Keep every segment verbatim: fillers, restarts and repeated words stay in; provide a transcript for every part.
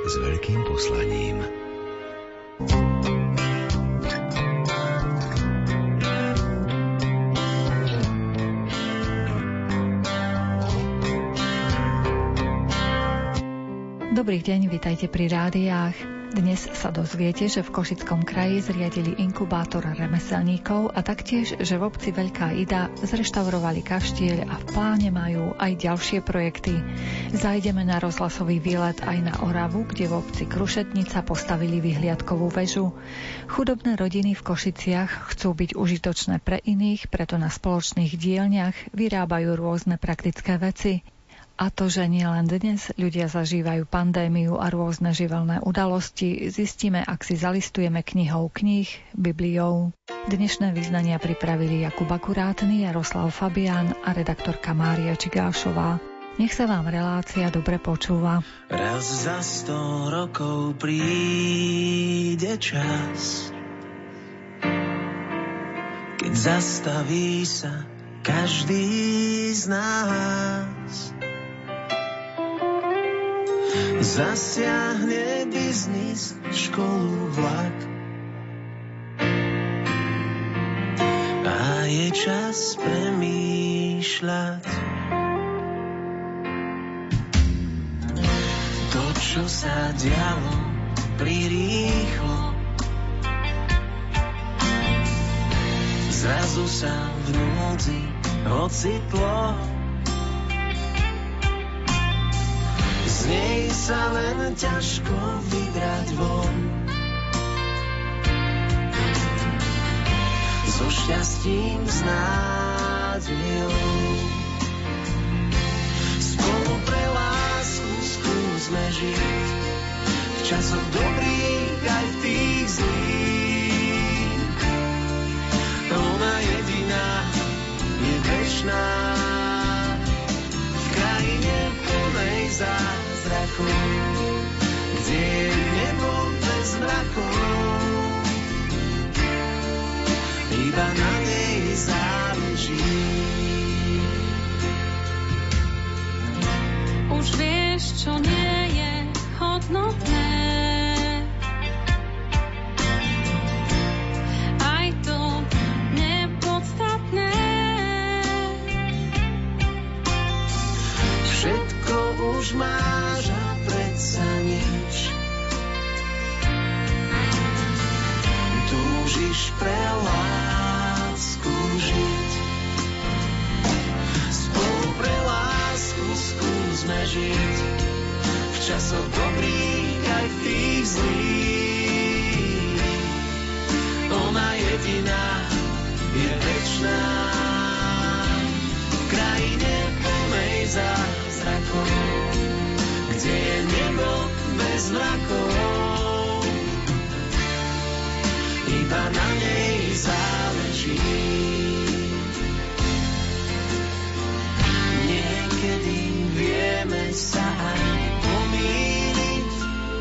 s veľkým poslaním. Dobrý deň, vitajte pri rádiách. Dnes sa dozviete, že v Košickom kraji zriadili inkubátor remeselníkov a taktiež, že v obci Veľká Ida zreštaurovali kaštieľ a v pláne majú aj ďalšie projekty. Zajdeme na rozhlasový výlet aj na Oravu, kde v obci Krušetnica postavili vyhliadkovú väžu. Chudobné rodiny v Košiciach chcú byť užitočné pre iných, preto na spoločných dielňach vyrábajú rôzne praktické veci. A to, že nielen dnes ľudia zažívajú pandémiu a rôzne živelné udalosti, zistíme, ak si zalistujeme knihou kníh, Bibliou. Dnešné vyznania pripravili Jakub Akurátny, Jaroslav Fabián a redaktorka Mária Čigášová. Nech sa vám relácia dobre počúva. Raz za sto rokov príde čas, keď zastaví sa každý z nás. Zasiahne biznis, školu, vlak a je čas premýšľať. To, čo sa dialo prirýchlo, zrazu sa v núdzi ocitlo. Z nej sa len ťažko vybrať von. So šťastím, s nádejou. Spolu pre lásku skúsme žiť v časoch dobrých aj v tých zlých. Ona jediná je večná v krajine plnej zázrakov, kde je nebo bez mrakov. Iba na nej záleží. Už vieš, čo nie je hodnotné, aj to nepodstatné. Všetko už máš a predsa nič. Túžiš pre lásku žiť. Spolu pre lásku skúsme žiť v časoch dobrých aj v tých zlých. Ona jediná je večná v krajine plnej zázrakov, kde je nebo bez mrakov. Iba na nej záleží. Niekedy vieme sa aj pomýliť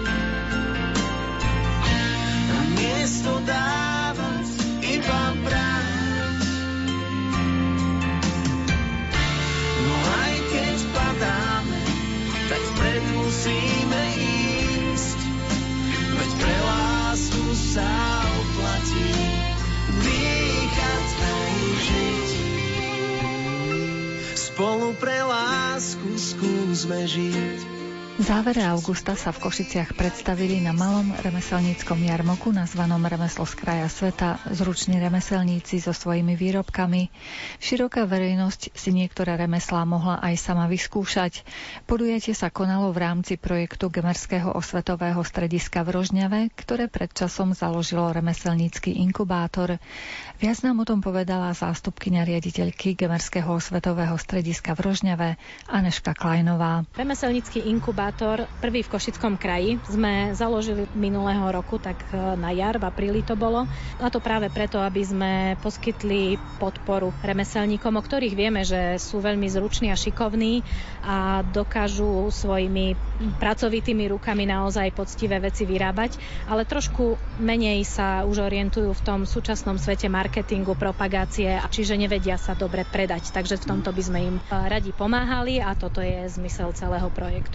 a miesto dávať iba brať. No aj keď padáme, tak vpred musíme ísť, veď pre lásku sa oplatí dýchať aj žiť. Spolu pre lásku skúsme žiť. V závere augusta sa v Košiciach predstavili na malom remeselníckom jarmoku nazvanom Remeslo z kraja sveta zruční remeselníci so svojimi výrobkami. Široká verejnosť si niektoré remeslá mohla aj sama vyskúšať. Podujatie sa konalo v rámci projektu Gemerského osvetového strediska v Rožňave, ktoré pred časom založilo remeselnícky inkubátor. Viac nám o tom povedala zástupkyňa riaditeľky Gemerského osvetového strediska v Rožňave Anežka Klajnová. Remeselnícky inkubátor prvý v Košickom kraji sme založili minulého roku, tak na jar, v apríli to bolo. A to práve preto, aby sme poskytli podporu remeselníkom, o ktorých vieme, že sú veľmi zruční a šikovní a dokážu svojimi pracovitými rukami naozaj poctivé veci vyrábať, ale trošku menej sa už orientujú v tom súčasnom svete marketingu, propagácie, čiže nevedia sa dobre predať. Takže v tomto by sme im radi pomáhali a toto je zmysel celého projektu.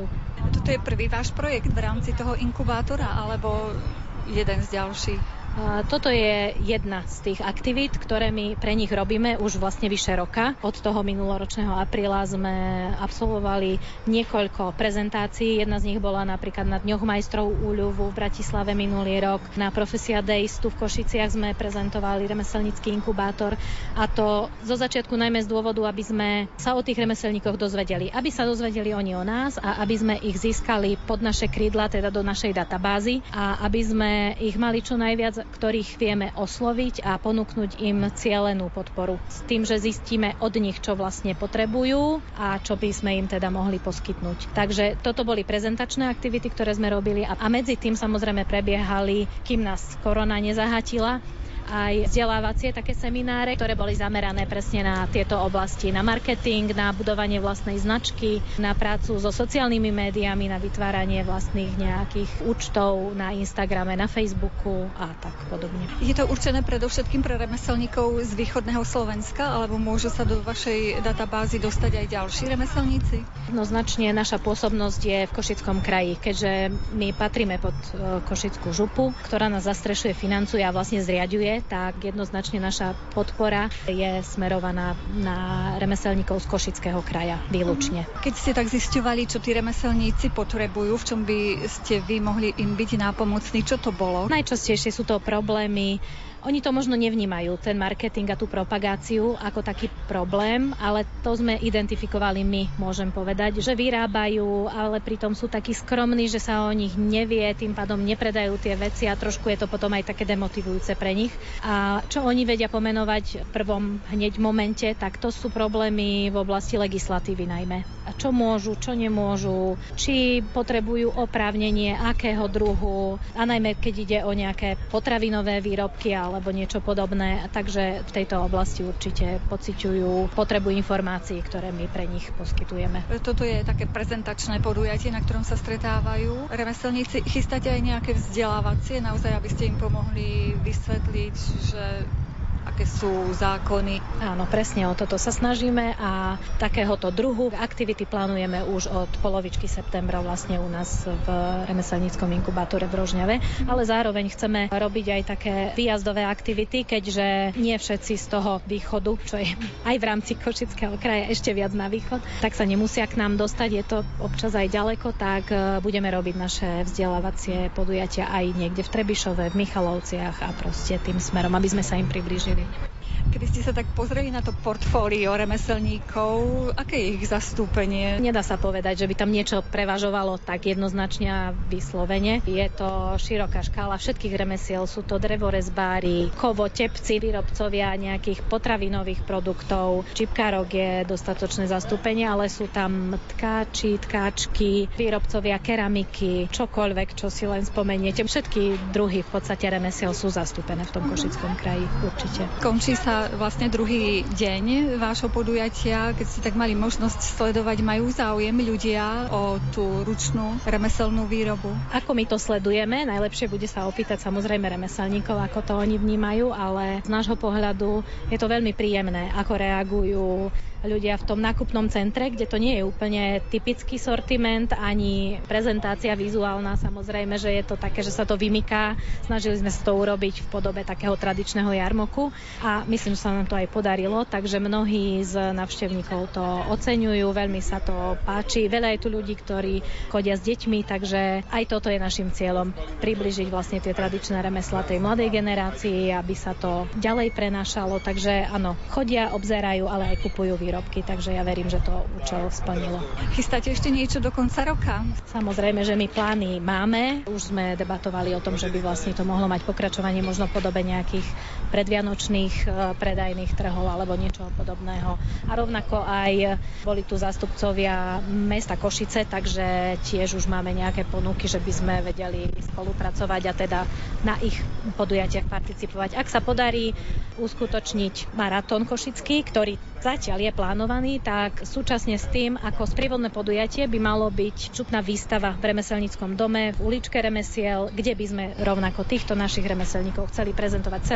Toto je prvý váš projekt v rámci toho inkubátora, alebo jeden z ďalších? Toto je jedna z tých aktivít, ktoré my pre nich robíme už vlastne vyše roka. Od toho minuloročného apríla sme absolvovali niekoľko prezentácií. Jedna z nich bola napríklad na Dňoch majstrov úľuvu v Bratislave minulý rok. Na Profesia Days tu v Košiciach sme prezentovali remeselnícky inkubátor, a to zo začiatku najmä z dôvodu, aby sme sa o tých remeselníkoch dozvedeli. Aby sa dozvedeli oni o nás a aby sme ich získali pod naše krídla, teda do našej databázy, a aby sme ich mali čo najviac, ktorých vieme osloviť a ponúknuť im cielenú podporu. S tým, že zistíme od nich, čo vlastne potrebujú a čo by sme im teda mohli poskytnúť. Takže toto boli prezentačné aktivity, ktoré sme robili, a medzi tým samozrejme prebiehali, kým nás korona nezahatila, aj vzdelávacie také semináre, ktoré boli zamerané presne na tieto oblasti, na marketing, na budovanie vlastnej značky, na prácu so sociálnymi médiami, na vytváranie vlastných nejakých účtov na Instagrame, na Facebooku a tak podobne. Je to určené predovšetkým pre remeselníkov z východného Slovenska, alebo môžu sa do vašej databázy dostať aj ďalší remeselníci? Jednoznačne naša pôsobnosť je v Košickom kraji, keďže my patríme pod Košickú župu, ktorá nás zastrešuje, financuje a vlastne zriaďuje, tak jednoznačne naša podpora je smerovaná na remeselníkov z Košického kraja výlučne. Keď ste tak zisťovali, čo tí remeselníci potrebujú, v čom by ste vy mohli im byť nápomocní, čo to bolo? Najčastejšie sú to problémy. Oni to možno nevnímajú, ten marketing a tú propagáciu, ako taký problém, ale to sme identifikovali my, môžem povedať, že vyrábajú, ale pritom sú takí skromní, že sa o nich nevie, tým pádom nepredajú tie veci a trošku je to potom aj také demotivujúce pre nich. A čo oni vedia pomenovať v prvom hneď momente, tak to sú problémy v oblasti legislatívy najmä. A čo môžu, čo nemôžu, či potrebujú oprávnenie, akého druhu, a najmä keď ide o nejaké potravinové výrobky alebo niečo podobné. Takže v tejto oblasti určite pociťujú potrebu informácií, ktoré my pre nich poskytujeme. Toto je také prezentačné podujatie, na ktorom sa stretávajú remeselníci. Chystáte aj nejaké vzdelávacie, naozaj, aby ste im pomohli vysvetliť, že aké sú zákony? Áno, presne o toto sa snažíme a takéhoto druhu aktivity plánujeme už od polovičky septembra vlastne u nás v remeselníckom inkubátore v Rožňave, ale zároveň chceme robiť aj také výjazdové aktivity, keďže nie všetci z toho východu, čo je aj v rámci Košického kraja ešte viac na východ, tak sa nemusia k nám dostať, je to občas aj ďaleko, tak budeme robiť naše vzdelávacie podujatia aj niekde v Trebišove, v Michalovciach a proste tým smerom, aby sme sa im priblížili. Keby ste sa tak pozreli na to portfólio remeselníkov, aké je ich zastúpenie? Nedá sa povedať, že by tam niečo prevažovalo tak jednoznačne a vyslovene. Je to široká škála všetkých remesiel, sú to drevorezbári, kovotepci, výrobcovia nejakých potravinových produktov, čipkárok je dostatočné zastúpenie, ale sú tam tkáči, tkáčky, výrobcovia keramiky, čokoľvek, čo si len spomeniete. Všetky druhy v podstate remesiel sú zastúpené v tom Košickom kraji, určite. Končí sa vlastne druhý deň vášho podujatia, keď ste tak mali možnosť sledovať, majú záujem ľudia o tú ručnú remeselnú výrobu? Ako my to sledujeme, najlepšie bude sa opýtať samozrejme remeselníkov, ako to oni vnímajú, ale z nášho pohľadu je to veľmi príjemné, ako reagujú ľudia v tom nákupnom centre, kde to nie je úplne typický sortiment, ani prezentácia vizuálna, samozrejme, že je to také, že sa to vymyká. Snažili sme sa to urobiť v podobe takého tradičného jarmoku a myslím, že sa nám to aj podarilo, takže mnohí z návštevníkov to oceňujú, veľmi sa to páči. Veľa je tu ľudí, ktorí chodia s deťmi, takže aj toto je našim cieľom, približiť vlastne tie tradičné remeslá tej mladej generácii, aby sa to ďalej prenášalo, takže áno, chodia, obzerajú, ale aj kupujú výrobky. Výrobky, takže ja verím, že to účel splnilo. Chystáte ešte niečo do konca roka? Samozrejme, že my plány máme. Už sme debatovali o tom, že by vlastne to mohlo mať pokračovanie možno v podobe nejakých predvianočných predajných trhov alebo niečoho podobného. A rovnako aj boli tu zástupcovia mesta Košice, takže tiež už máme nejaké ponuky, že by sme vedeli spolupracovať a teda na ich podujatiach participovať. Ak sa podarí uskutočniť maratón košický, ktorý zatiaľ je plánovaný, tak súčasne s tým, ako sprievodné podujatie by malo byť vstupná výstava v remeselníckom dome, v uličke remesiel, kde by sme rovnako týchto našich remeselníkov chceli prezentovať celý mesiac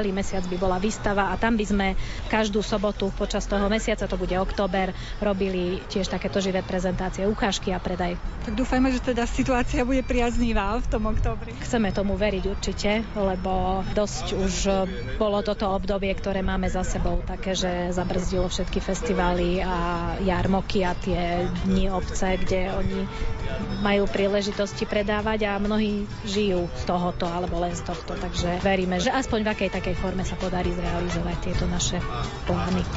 mesiac by bola výstava a tam by sme každú sobotu počas toho mesiaca, to bude október, robili tiež takéto živé prezentácie, ukážky a predaj. Tak dúfajme, že teda situácia bude priaznivá v tom októbri. Chceme tomu veriť určite, lebo dosť už bolo toto obdobie, ktoré máme za sebou, také, že zabrzdilo všetky festivály a jarmoky a tie dni obce, kde oni majú príležitosti predávať a mnohí žijú z tohoto alebo len z tohto, takže veríme, že aspoň v akej takej forme sa podarí zrealizovať tieto naše plány.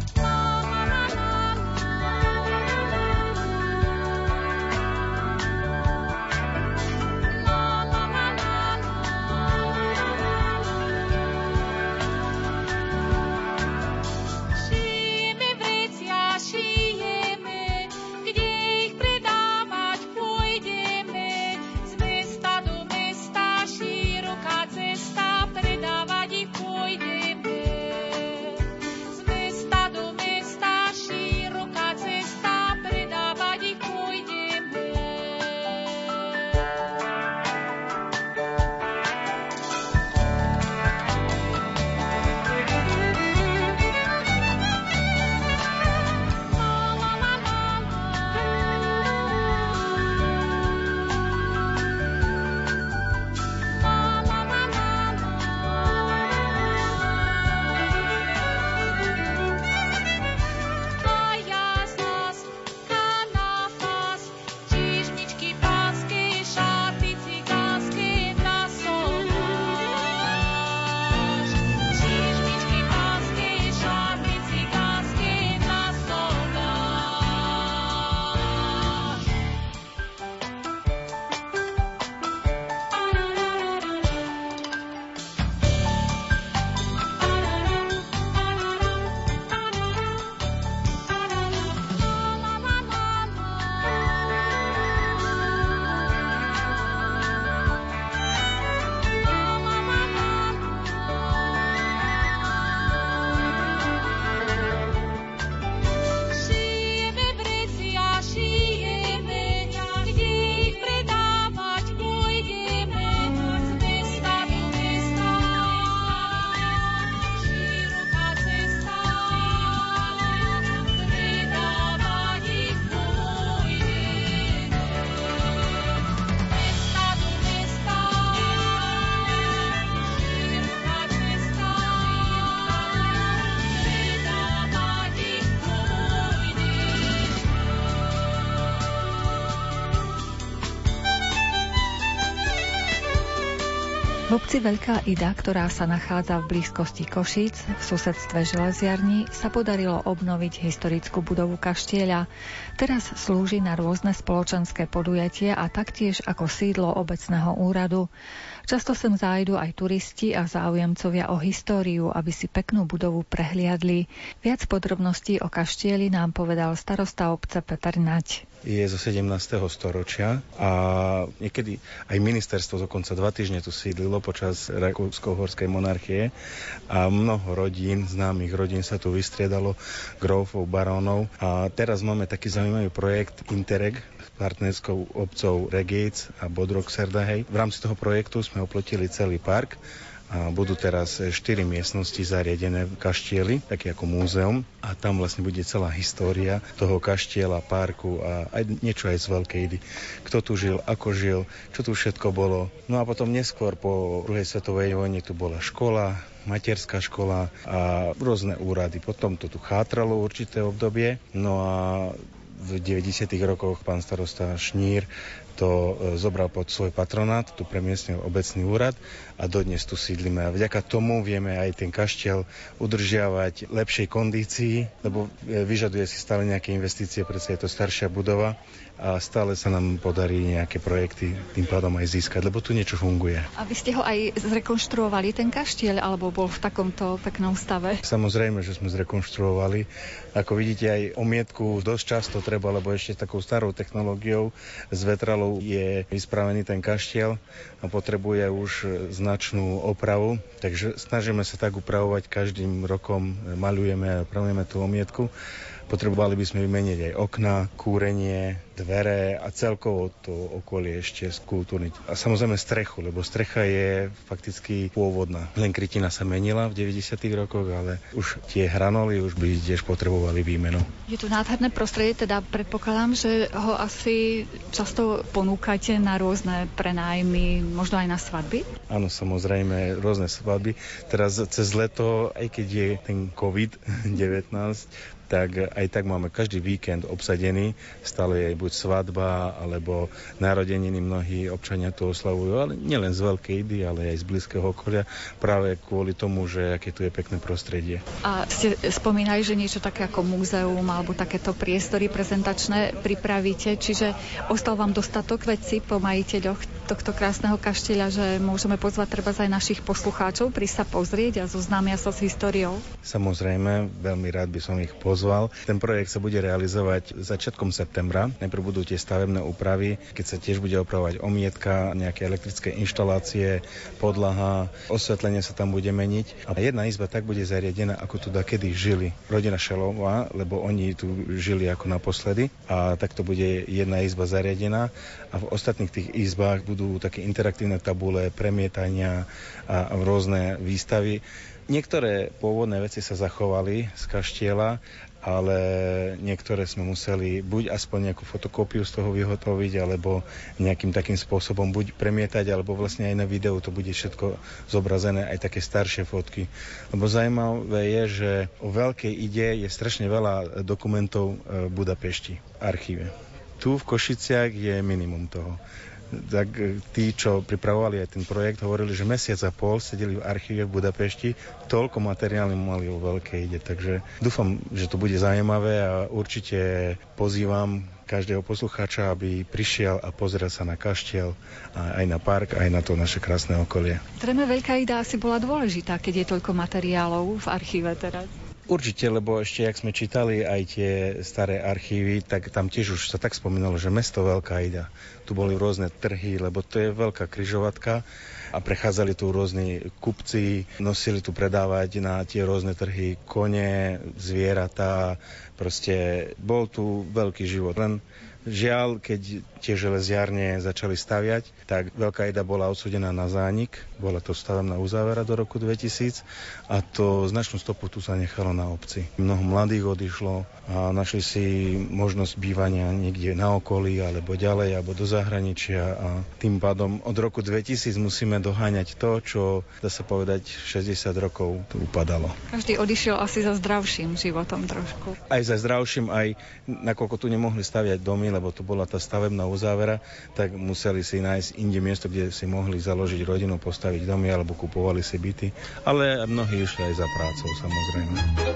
V obci Veľká Ida, ktorá sa nachádza v blízkosti Košíc, v susedstve železiarní, sa podarilo obnoviť historickú budovu kaštieľa. Teraz slúži na rôzne spoločenské podujatia a taktiež ako sídlo obecného úradu. Často sem zájdu aj turisti a záujemcovia o históriu, aby si peknú budovu prehliadli. Viac podrobností o kaštieli nám povedal starosta obce Peter Nať. Je zo sedemnásteho storočia a niekedy aj ministerstvo dokonca dva týždne tu sídlilo počas rakúsko-uhorskej monarchie a mnoho rodín, známych rodín sa tu vystriedalo, grófov, barónov a teraz máme taký zaujímavý projekt Interreg s partnerskou obcou Regíc a Bodrog Serdahej. V rámci toho projektu sme oplotili celý park. A budú teraz štyri miestnosti zariadené v kaštieli, také ako múzeum. A tam vlastne bude celá história toho kaštieľa, parku a aj niečo aj z Veľkej Idy. Kto tu žil, ako žil, čo tu všetko bolo. No a potom neskôr po druhej svetovej vojne tu bola škola, materská škola a rôzne úrady. Potom to tu chátralo určité obdobie. No a v deväťdesiatych rokoch pán starosta Šnír to zobral pod svoj patronát, tu premiestnil obecný úrad a dodnes tu sídlime. A vďaka tomu vieme aj ten kaštiel udržiavať v lepšej kondícii, lebo vyžaduje si stále nejaké investície, pretože je to staršia budova a stále sa nám podarí nejaké projekty tým pádom aj získať, lebo tu niečo funguje. A vy ste ho aj zrekonštruovali, ten kaštieľ, alebo bol v takomto peknom stave? Samozrejme, že sme zrekonštruovali. Ako vidíte, aj omietku dosť často treba, lebo ešte takou starou technológiou z vetralov je vyspravený ten kaštiel a potrebuje už značnú opravu. Takže snažíme sa tak upravovať každým rokom, maľujeme a opravujeme tú omietku. Potrebovali by sme vymeniť aj okná, kúrenie, dvere a celkovo to okolie ešte skultúrniť. A samozrejme strechu, lebo strecha je fakticky pôvodná. Len krytina sa menila v deväťdesiatych rokoch, ale už tie hranoly už by tiež potrebovali výmenu. Je tu nádherné prostredie, teda predpokladám, že ho asi často ponúkate na rôzne prenájmy, možno aj na svadby? Áno, samozrejme, rôzne svadby. Teraz cez leto, aj keď je ten covid devätnásť, tak aj tak máme každý víkend obsadený. Stále je buď svadba, alebo narodeniny, mnohí občania to oslavujú, ale nielen z Veľkej Idy, ale aj z blízkeho okolia, práve kvôli tomu, že aké tu je pekné prostredie. A ste spomínali, že niečo také ako múzeum alebo takéto priestory prezentačné pripravíte, čiže ostal vám dostatok vecí po majiteľoch tohto krásneho kaštieľa, že môžeme pozvať treba aj našich poslucháčov, prísť sa pozrieť a zoznámia sa s históriou? Samozrejme, veľmi rád by som ich pozval. Ten projekt sa bude realizovať začiatkom septembra. Najprv budú tie stavebné úpravy, keď sa tiež bude opravovať omietka, nejaké elektrické inštalácie, podlaha, osvetlenie sa tam bude meniť. A jedna izba tak bude zariadená, ako tu dakedy žili rodina Šelová, lebo oni tu žili ako naposledy. A takto bude jedna izba zariadená. A v ostatných tých izbách budú také interaktívne tabule, premietania a rôzne výstavy. Niektoré pôvodné veci sa zachovali z kaštieľa, ale niektoré sme museli buď aspoň nejakú fotokópiu z toho vyhotoviť, alebo nejakým takým spôsobom buď premietať, alebo vlastne aj na videu to bude všetko zobrazené, aj také staršie fotky. Lebo zaujímavé je, že o Veľkej Ide je strašne veľa dokumentov v Budapešti, v archíve. Tu v Košiciach je minimum toho. Tak tí, čo pripravovali aj ten projekt, hovorili, že mesiac a pol sedeli v archíve v Budapešti, toľko materiálov mali o Veľkej Ide. Takže dúfam, že to bude zaujímavé a určite pozývam každého poslucháča, aby prišiel a pozrel sa na kaštieľ, aj na park, aj na to naše krásne okolie. Zrejme Veľká Ida asi bola dôležitá, keď je toľko materiálov v archíve teraz. Určite, lebo ešte, jak sme čítali aj tie staré archívy, tak tam tiež už sa tak spomínalo, že mesto Veľká Ida. Tu boli rôzne trhy, lebo to je veľká križovatka a prechádzali tu rôzni kupci, nosili tu predávať na tie rôzne trhy kone, zvieratá, proste bol tu veľký život. Len žiaľ, keď tie železiarne začali staviať, tak Veľká Ida bola odsúdená na zánik. Bola to stavebná uzávera do roku dvetisíc a to značnú stopu tu sa nechalo na obci. Mnoho mladých odišlo a našli si možnosť bývania niekde na okolí, alebo ďalej, alebo do zahraničia a tým pádom od roku dvetisíc musíme doháňať to, čo, dá sa povedať, šesťdesiat rokov tu upadalo. Každý odišiel asi za zdravším životom trošku. Aj za zdravším, aj nakoľko tu nemohli staviať domy, lebo tu bola tá stavebná uzávera, tak museli si nájsť inde miesto, kde si mohli založiť rodinu, postaviť domy alebo kupovali si byty, ale mnohí išli aj za prácou, samozrejme.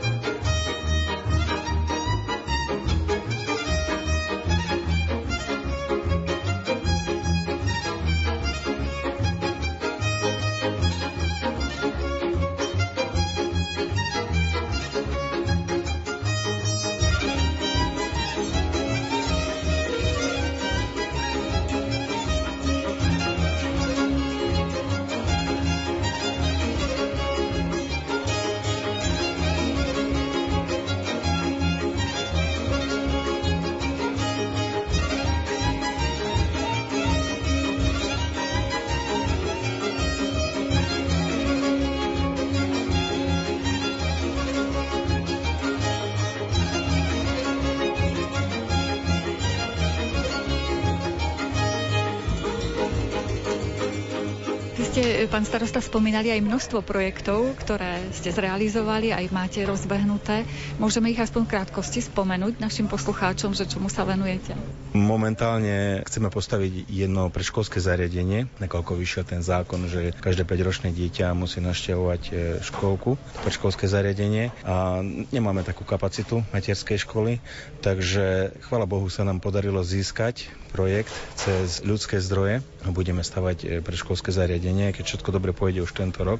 Ste, pán starosta, spomínali aj množstvo projektov, ktoré ste zrealizovali, aj máte rozbehnuté. Môžeme ich aspoň v krátkosti spomenúť našim poslucháčom, že čomu sa venujete? Momentálne chceme postaviť jedno predškolské zariadenie, nakoľko vyšiel ten zákon, že každé päťročné dieťa musí navštevovať školku, predškolské zariadenie a nemáme takú kapacitu materskej školy, takže chvála Bohu sa nám podarilo získať projekt cez ľudské zdroje a budeme stavať predškolské zariadenie, keď všetko dobre pôjde už tento rok.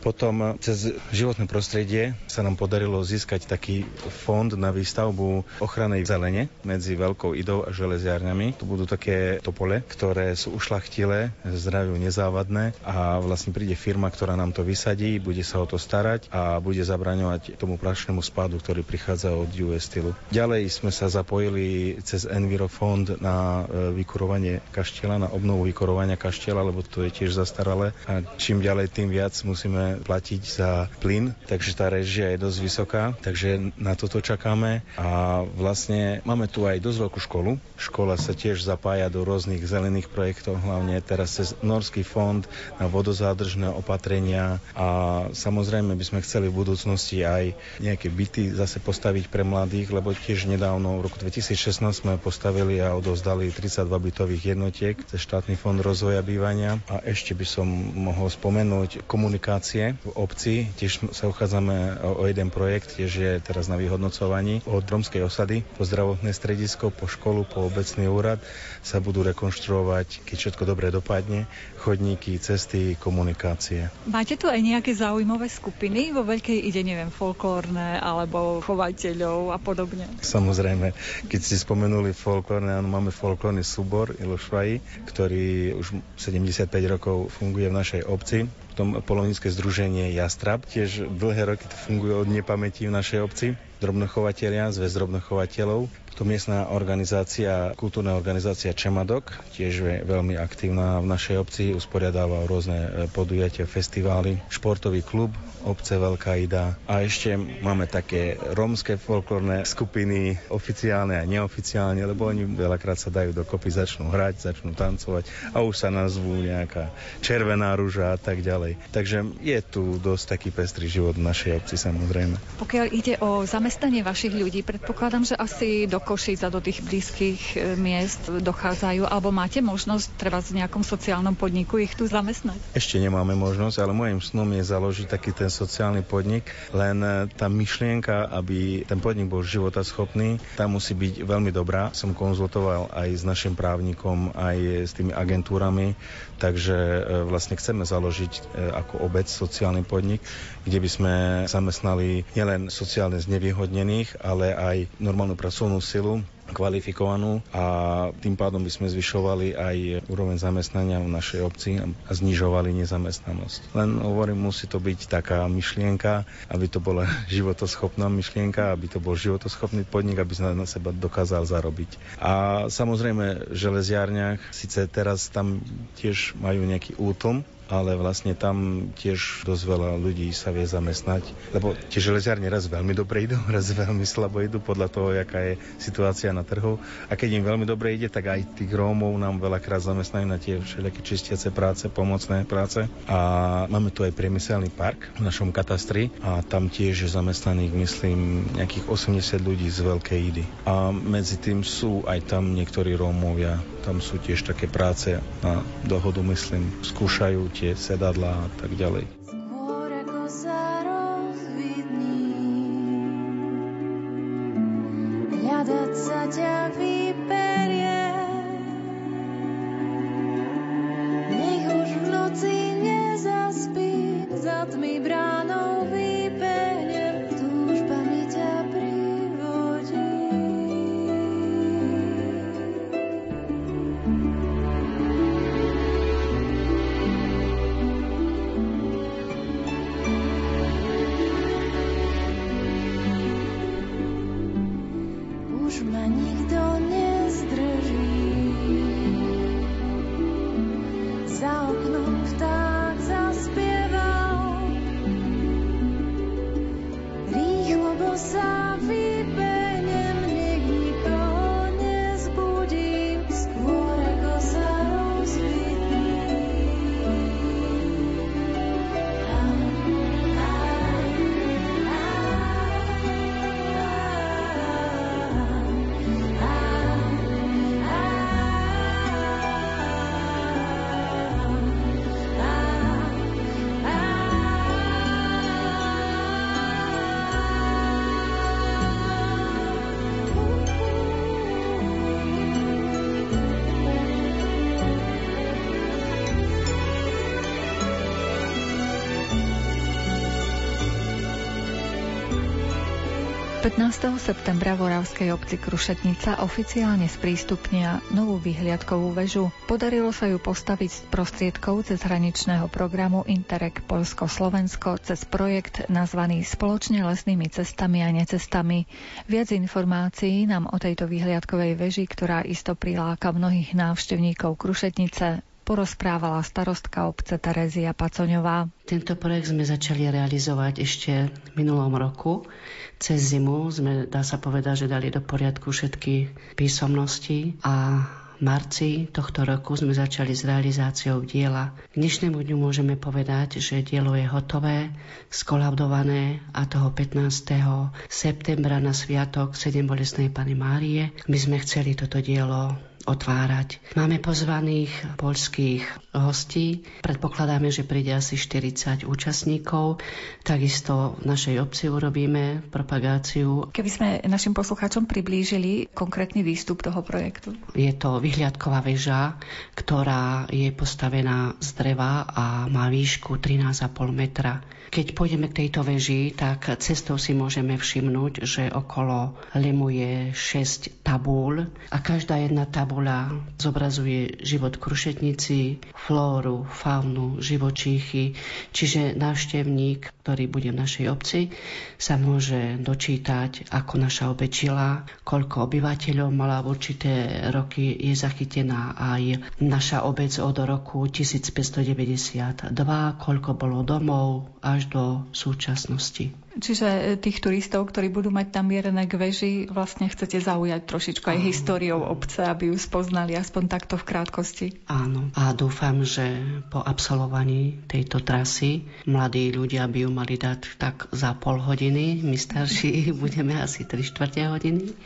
Potom cez životné prostredie sa nám podarilo získať taký fond na výstavbu ochrannej zelene medzi Veľkou Idou a železiarňami. To budú také topole, ktoré sú ušľachtilé, zdraviu nezávadné a vlastne príde firma, ktorá nám to vysadí, bude sa o to starať a bude zabraňovať tomu prašnému spádu, ktorý prichádza od ú es stylu. Ďalej sme sa zapojili cez Envirofond na vykurovanie kaštieľa, na obnovu vykurovania kaštieľa, lebo to je tiež zastaralé a čím ďalej, tým viac musíme platiť za plyn, takže tá réžia je dosť vysoká, takže na toto čakáme a vlastne máme tu aj dosť veľkú školu. Škola sa tiež zapája do rôznych zelených projektov, hlavne teraz cez Norský fond na vodozádržné opatrenia a samozrejme by sme chceli v budúcnosti aj nejaké byty zase postaviť pre mladých, lebo tiež nedávno v roku dvetisícšestnásť sme postavili a odovzdali tridsaťdva bytových jednotiek cez štátny fond rozvoja bývania a ešte by som mohol spomenúť komunikácie v obci. Tiež sa uchádzame o, o jeden projekt, tiež je teraz na vyhodnocovaní od romskej osady po zdravotné stredisko, po školu, po obecný úrad sa budú rekonštruovať, keď všetko dobre dopadne, chodníky, cesty, komunikácie. Máte tu aj nejaké zaujímavé skupiny? Vo Veľkej Ide, neviem, folklórne alebo chovateľov a podobne? Samozrejme, keď ste spomenuli folklórne, áno, máme folklórny súbor Ilošvaji, ktorý už sedemdesiatpäť rokov funguje v našej obci. Potom polovnícke združenie Jastrab. Tiež dlhé roky to funguje od nepamäti v našej obci. Drobnochovatelia, zväz drobnochovateľov. Potom miestna organizácia, kultúrna organizácia Čemadok, tiež je veľmi aktívna v našej obci, usporiadáva rôzne podujatia, festivály, športový klub obce Veľká Ida. A ešte máme také rómske folklórne skupiny, oficiálne a neoficiálne, lebo oni veľakrát sa dajú dokopy, začnú hrať, začnú tancovať a už sa nazvú nejaká Červená ruža a tak ďalej. Takže je tu dosť taký pestrý život v našej obci, samozrejme. Pokiaľ ide o zamestnanie vašich ľudí, predpokladám, že asi do Košíc a do tých blízkych miest dochádzajú, alebo máte možnosť treba v nejakom sociálnom podniku ich tu zamestnať? Ešte nemáme možnosť, ale môjim snom je založiť taký ten sociálny podnik, len tá myšlienka, aby ten podnik bol životaschopný, tá musí byť veľmi dobrá. Som konzultoval aj s našim právnikom, aj s tými agentúrami, takže vlastne chceme založiť ako obec sociálny podnik, kde by sme zamestnali nielen sociálne znevýhodnených, ale aj normálnu pracovnú silu, kvalifikovanú a tým pádom by sme zvyšovali aj úroveň zamestnania v našej obci a znižovali nezamestnanosť. Len hovorím, musí to byť taká myšlienka, aby to bola životoschopná myšlienka, aby to bol životoschopný podnik, aby sa na seba dokázal zarobiť. A samozrejme v železiarniach, síce teraz tam tiež majú nejaký útlm, ale vlastne tam tiež dosť veľa ľudí sa vie zamestnať, lebo tie železiarne raz veľmi dobre idú, raz veľmi slabo idú podľa toho, aká je situácia na trhu. A keď im veľmi dobre ide, tak aj tých Rómov nám veľakrát zamestnajú na tie všelijaké čistiace práce, pomocné práce. A máme tu aj priemyselný park v našom katastri a tam tiež je zamestnaných, myslím, nejakých osemdesiat ľudí z Veľkej Idy. A medzi tým sú aj tam niektorí Rómovia. Tam sú tiež také práce na dohodu, myslím, skúšajú tie sedadlá a tak ďalej. Skôr ako sa rozvidní, hľadať sa ťa vyberie, nech už v noci nezaspí, za tmy bránou vybehnem, túžba mi ťa privodí. Už ma nikto nezdrží, za oknom vták zaspieval, rýchlo bosa vybehnem, nech nikoho nezbudím, skôr ako sa rozvidní. A, a, a, a, a, pätnásteho septembra v oravskej obci Krušetnica oficiálne sprístupnia novú vyhliadkovú väžu. Podarilo sa ju postaviť z prostriedkov cezhraničného programu Interreg Poľsko-Slovensko cez projekt nazvaný Spoločne lesnými cestami a necestami. Viac informácií nám o tejto vyhliadkovej väži, ktorá isto priláka mnohých návštevníkov Krušetnice, porozprávala starostka obce Terézia Pacoňová. Tento projekt sme začali realizovať ešte v minulom roku. Cez zimu sme, dá sa povedať, že dali do poriadku všetky písomnosti a v marci tohto roku sme začali s realizáciou diela. K dnešnému dňu môžeme povedať, že dielo je hotové, skolaudované a toho pätnásteho septembra na sviatok Sedembolestnej Panny Márie my sme chceli toto dielo otvárať. Máme pozvaných poľských hostí. Predpokladáme, že príde asi štyridsať účastníkov. Takisto v našej obci urobíme propagáciu. Keby sme našim poslucháčom priblížili konkrétny výstup toho projektu. Je to vyhliadková väža, ktorá je postavená z dreva a má výšku trinásť a pol metra. Keď pôjdeme k tejto veži, tak cestou si môžeme všimnúť, že okolo lemuje šesť tabúľ a každá jedna tabuľa zobrazuje život Krušetnici, flóru, faunu, živočíchy. Čiže návštevník, ktorý bude v našej obci, sa môže dočítať, ako naša obec žila, koľko obyvateľov mala v určité roky, je zachytená aj naša obec od roku tisícpäťstodeväťdesiatdva, koľko bolo domov až do súčasnosti. Čiže tých turistov, ktorí budú mať tam mierené k veži, vlastne chcete zaujať trošičku aj históriou obce, aby ju spoznali aspoň takto v krátkosti. Áno. A dúfam, že po absolvovaní tejto trasy mladí ľudia by ju mali dať tak za pol hodiny. My starší budeme asi tri štvrte hodiny,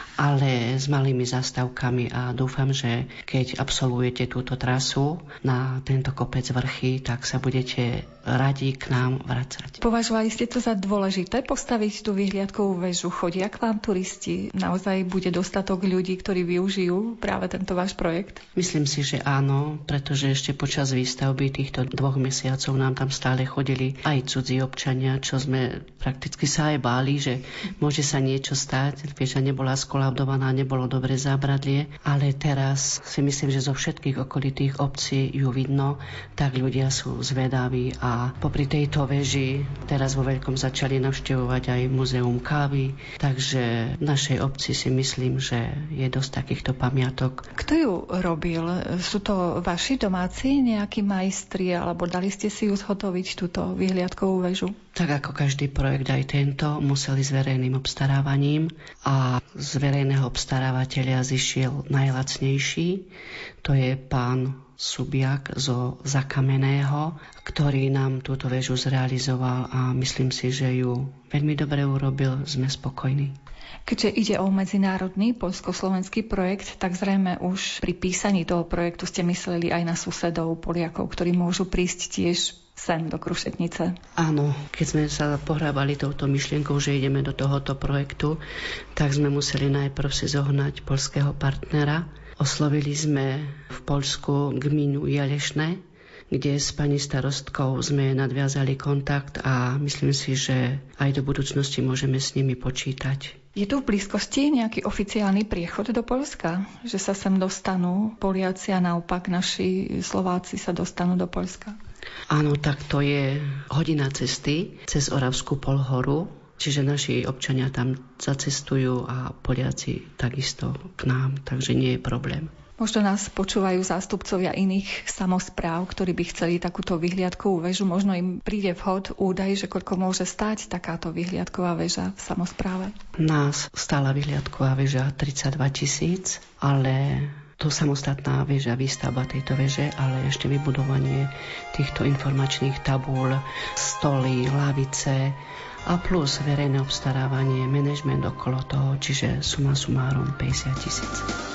ale s malými zastavkami a dúfam, že keď absolvujete túto trasu na tento kopec vrchy, tak sa budete radi k nám vracať. Považovali ste to za dôležité postaviť tú vyhliadkovú väžu? Chodia k vám turisti? Naozaj bude dostatok ľudí, ktorí využijú práve tento váš projekt? Myslím si, že áno, pretože ešte počas výstavby týchto dvoch mesiacov nám tam stále chodili aj cudzí občania, čo sme prakticky sa aj báli, že môže sa niečo stať. Väža nebola skolaudovaná, nebolo dobre zábradlie, ale teraz si myslím, že zo všetkých okolitých obcí ju vidno, tak ľudia sú zvedaví a popri tejto väži teraz vo veľkom začali navštevovať aj Múzeum kávy, takže v našej obci si myslím, že je dosť takýchto pamiatok. Kto ju robil? Sú to vaši domáci nejakí majstri, alebo dali ste si ju zhotoviť, túto vyhliadkovú väžu? Tak ako každý projekt, aj tento museli s verejným obstarávaním a z verejného obstarávateľa zišiel najlacnejší. To je pán Subiak zo Zakameného, ktorý nám túto väžu zrealizoval a myslím si, že ju veľmi dobre urobil, sme spokojní. Keďže ide o medzinárodný poľsko-slovenský projekt, tak zrejme už pri písaní toho projektu ste mysleli aj na susedov Poliakov, ktorí môžu prísť tiež sem do Krušetnice. Áno, keď sme sa pohrábali touto myšlienkou, že ideme do tohoto projektu, tak sme museli najprv si zohnať poľského partnera. Oslovili sme v Poľsku gminu Jelešné, kde s pani starostkou sme nadviazali kontakt a myslím si, že aj do budúcnosti môžeme s nimi počítať. Je tu v blízkosti nejaký oficiálny priechod do Poľska? Že sa sem dostanú Poliaci a naopak naši Slováci sa dostanú do Poľska? Áno, tak to je hodina cesty cez Oravskú Polhoru. Čiže naši občania tam zacestujú a Poliaci takisto k nám, takže nie je problém. Možno nás počúvajú zástupcovia iných samospráv, ktorí by chceli takúto vyhliadkovú väžu. Možno im príde vhod údaj, že koľko môže stáť takáto vyhliadková väža v samospráve. Nás stála vyhliadková väža tridsaťdva tisíc, ale to samostatná väža, výstavba tejto väže, ale ešte vybudovanie týchto informačných tabúľ, stoly, lavice, a plus verejné obstarávanie, manažment okolo toho, čiže suma sumárum päťdesiat tisíc.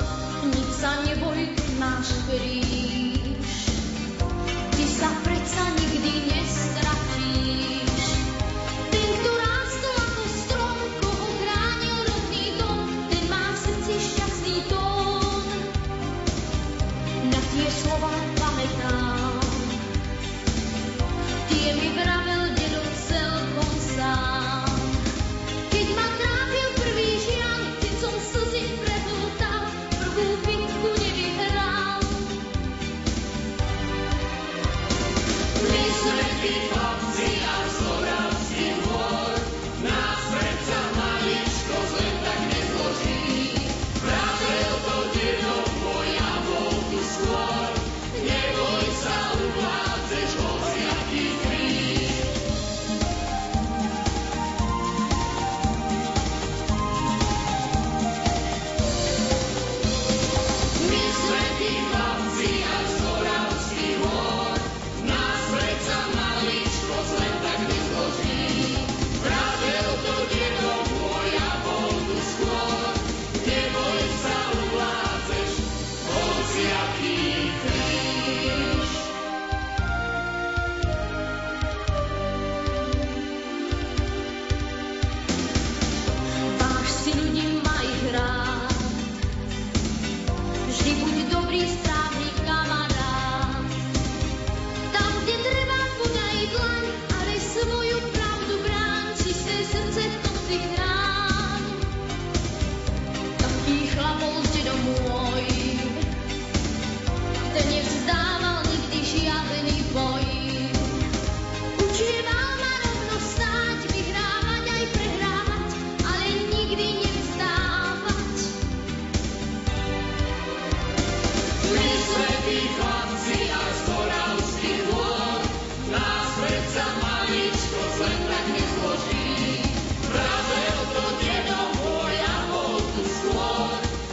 Nic sa neboj, náš kríž, ty sa predsa nikdy nestratíš. Ten, kto rástol ako strom, koho chránil rodný dom, ten má v srdci šťastný tón. Na tie slova pamätám, tie mi vravel dedo celkom sám. Keď ma trápia chlapov z dedom môj. Ten nevzdával nikdy žiadny boj. Učieval ma rovno stáť, vyhrávať aj prehrávať, ale nikdy nevzdávať. My svätí chlapci a z Moravských hôr, nás predsa maličko len tak nezloží. Práve o to dedo môj a bol tu skôr,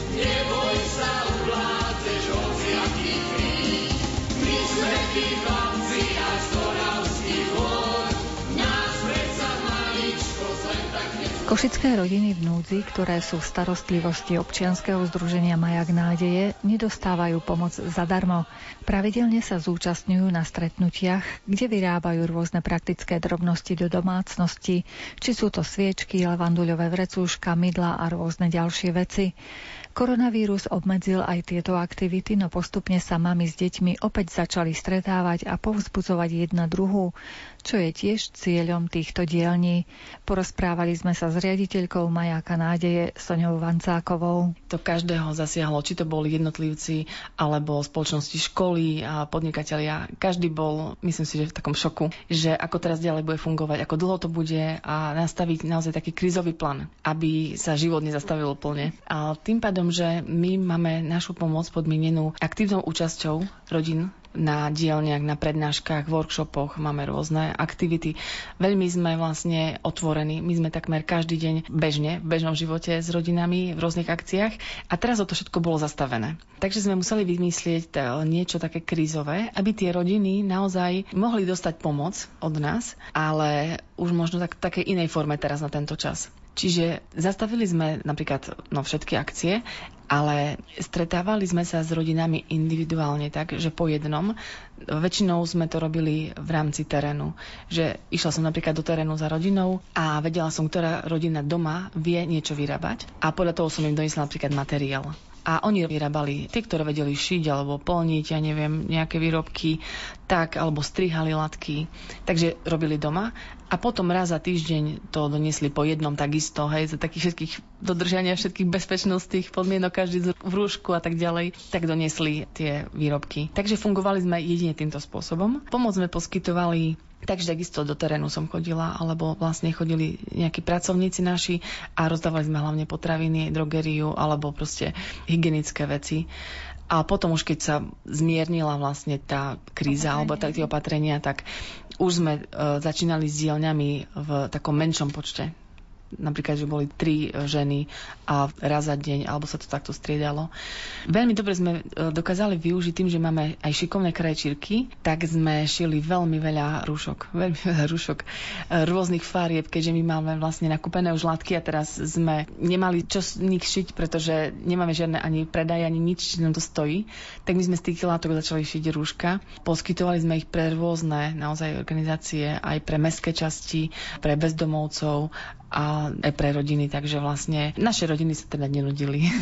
neboj sa, uvládzeš hociaký kríž. My svätí chlapci a z Moravských hôr, nás predsa maličko len tak nezloží. Košické rodiny v núdzi, ktoré sú v starostlivosti občianskeho združenia Majak nádeje, nedostávajú pomoc zadarmo. Pravidelne sa zúčastňujú na stretnutiach, kde vyrábajú rôzne praktické drobnosti do domácnosti, či sú to sviečky, lavanduľové vrecúška, mydla a rôzne ďalšie veci. Koronavírus obmedzil aj tieto aktivity, no postupne sa mami s deťmi opäť začali stretávať a povzbudzovať jedna druhú, čo je tiež cieľom týchto dielní. Porozprávali sme sa s riaditeľkou Majáka nádeje Soňou Vancákovou. To každého zasiahlo, či to boli jednotlivci, alebo spoločnosti, školy a podnikatelia. Každý bol, myslím si, že v takom šoku, že ako teraz ďalej bude fungovať, ako dlho to bude a nastaviť naozaj taký krízový plán, aby sa život nezastavil plne. A tým pádom, že my máme našu pomoc podmienenú aktívnou účasťou rodín na dielniach, na prednáškach, workshopoch, máme rôzne aktivity. Veľmi sme vlastne otvorení. My sme takmer každý deň bežne, v bežnom živote s rodinami v rôznych akciách a teraz o to všetko bolo zastavené. Takže sme museli vymyslieť niečo také krízové, aby tie rodiny naozaj mohli dostať pomoc od nás, ale už možno tak, v takej inej forme teraz na tento čas. Čiže zastavili sme napríklad no, všetky akcie, ale stretávali sme sa s rodinami individuálne tak, že po jednom. Väčšinou sme to robili v rámci terénu. Že išla som napríklad do terénu za rodinou a vedela som, ktorá rodina doma vie niečo vyrábať a podľa toho som im donesla napríklad materiál. A oni vyrábali tie, ktoré vedeli šiť alebo plniť, ja neviem, nejaké výrobky, tak, alebo strihali latky. Takže robili doma. A potom raz za týždeň to doniesli po jednom takisto, hej, za takých všetkých dodržania všetkých bezpečnostných podmienok, každý v rúšku a tak ďalej, tak doniesli tie výrobky. Takže fungovali sme jedine týmto spôsobom. Pomoc sme poskytovali. Takže takisto do terénu som chodila, alebo vlastne chodili nejakí pracovníci naši a rozdávali sme hlavne potraviny, drogeriu alebo proste hygienické veci. A potom už keď sa zmiernila vlastne tá kríza alebo tak tie opatrenia, tak už sme e, začínali s dielňami v takom menšom počte. Napríklad, že boli tri ženy a raz za deň, alebo sa to takto striedalo. Veľmi dobre sme dokázali využiť tým, že máme aj šikovné krajčírky, tak sme šili veľmi veľa rúšok. Veľmi veľa rúšok rôznych farieb, keďže my máme vlastne nakúpené už látky a teraz sme nemali čo z nich šiť, pretože nemáme žiadne ani predaj, ani nič, či nám to stojí. Tak my sme z tých látok začali šiť rúška. Poskytovali sme ich pre rôzne naozaj organizácie, aj pre mestské časti, pre bezdomovcov a aj pre rodiny, takže vlastne naše rodiny sa teda nenudili.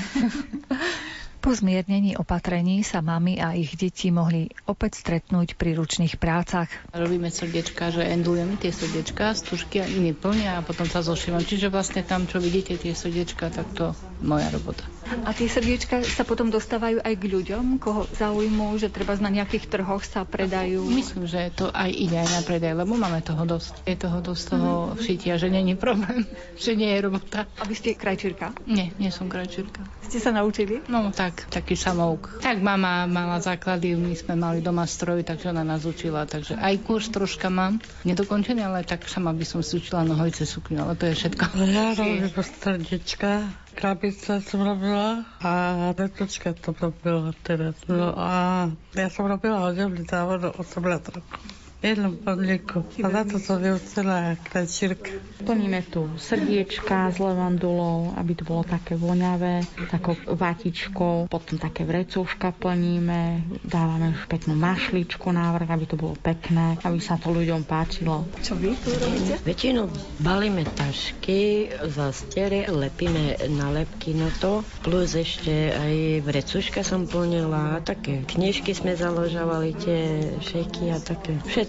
Po zmiernení opatrení sa mami a ich deti mohli opäť stretnúť pri ručných prácach. Robíme srdiečka, že endujeme tie srdiečka, stužky a iní plnia a potom sa zošívam. Čiže vlastne tam, čo vidíte, tie srdiečka, tak to moja robota. A tie srdiečka sa potom dostávajú aj k ľuďom, koho zaujímu, že treba na nejakých trhoch sa predajú? Myslím, že to aj ide aj na predaj, lebo máme toho dosť. Je toho dosť toho šitia, že nie je problém, že nie je robota. A vy ste krajčírka? Nie, nie som krajčírka. Ste sa naučili? No tak, taký samouk. Tak mama mala základy, my sme mali doma stroj, takže ona nás učila, takže aj kurz troška mám. Nedokončený, ale tak sama by som si učila nohojce sukňu, ale to je všetko. Ja robím srdiečka. Krabice som robila a retočka to robila teraz. No a ja som robila hodňovný závod do osem rokov. V jednom podniku. A za to som vyučila krajčírka. Plníme tu srdiečka s levandulou, aby to bolo také voňavé, takou vatičkou. Potom také vrecúška plníme, dávame špetnú mašličku návrh, aby to bolo pekné, aby sa to ľuďom páčilo. Čo vy tu robíte? Väčšinou balíme tašky, za stere, lepíme nálepky na to, plus ešte aj vrecúška som plnila, také knižky sme založovali, tie šejky a také všetko.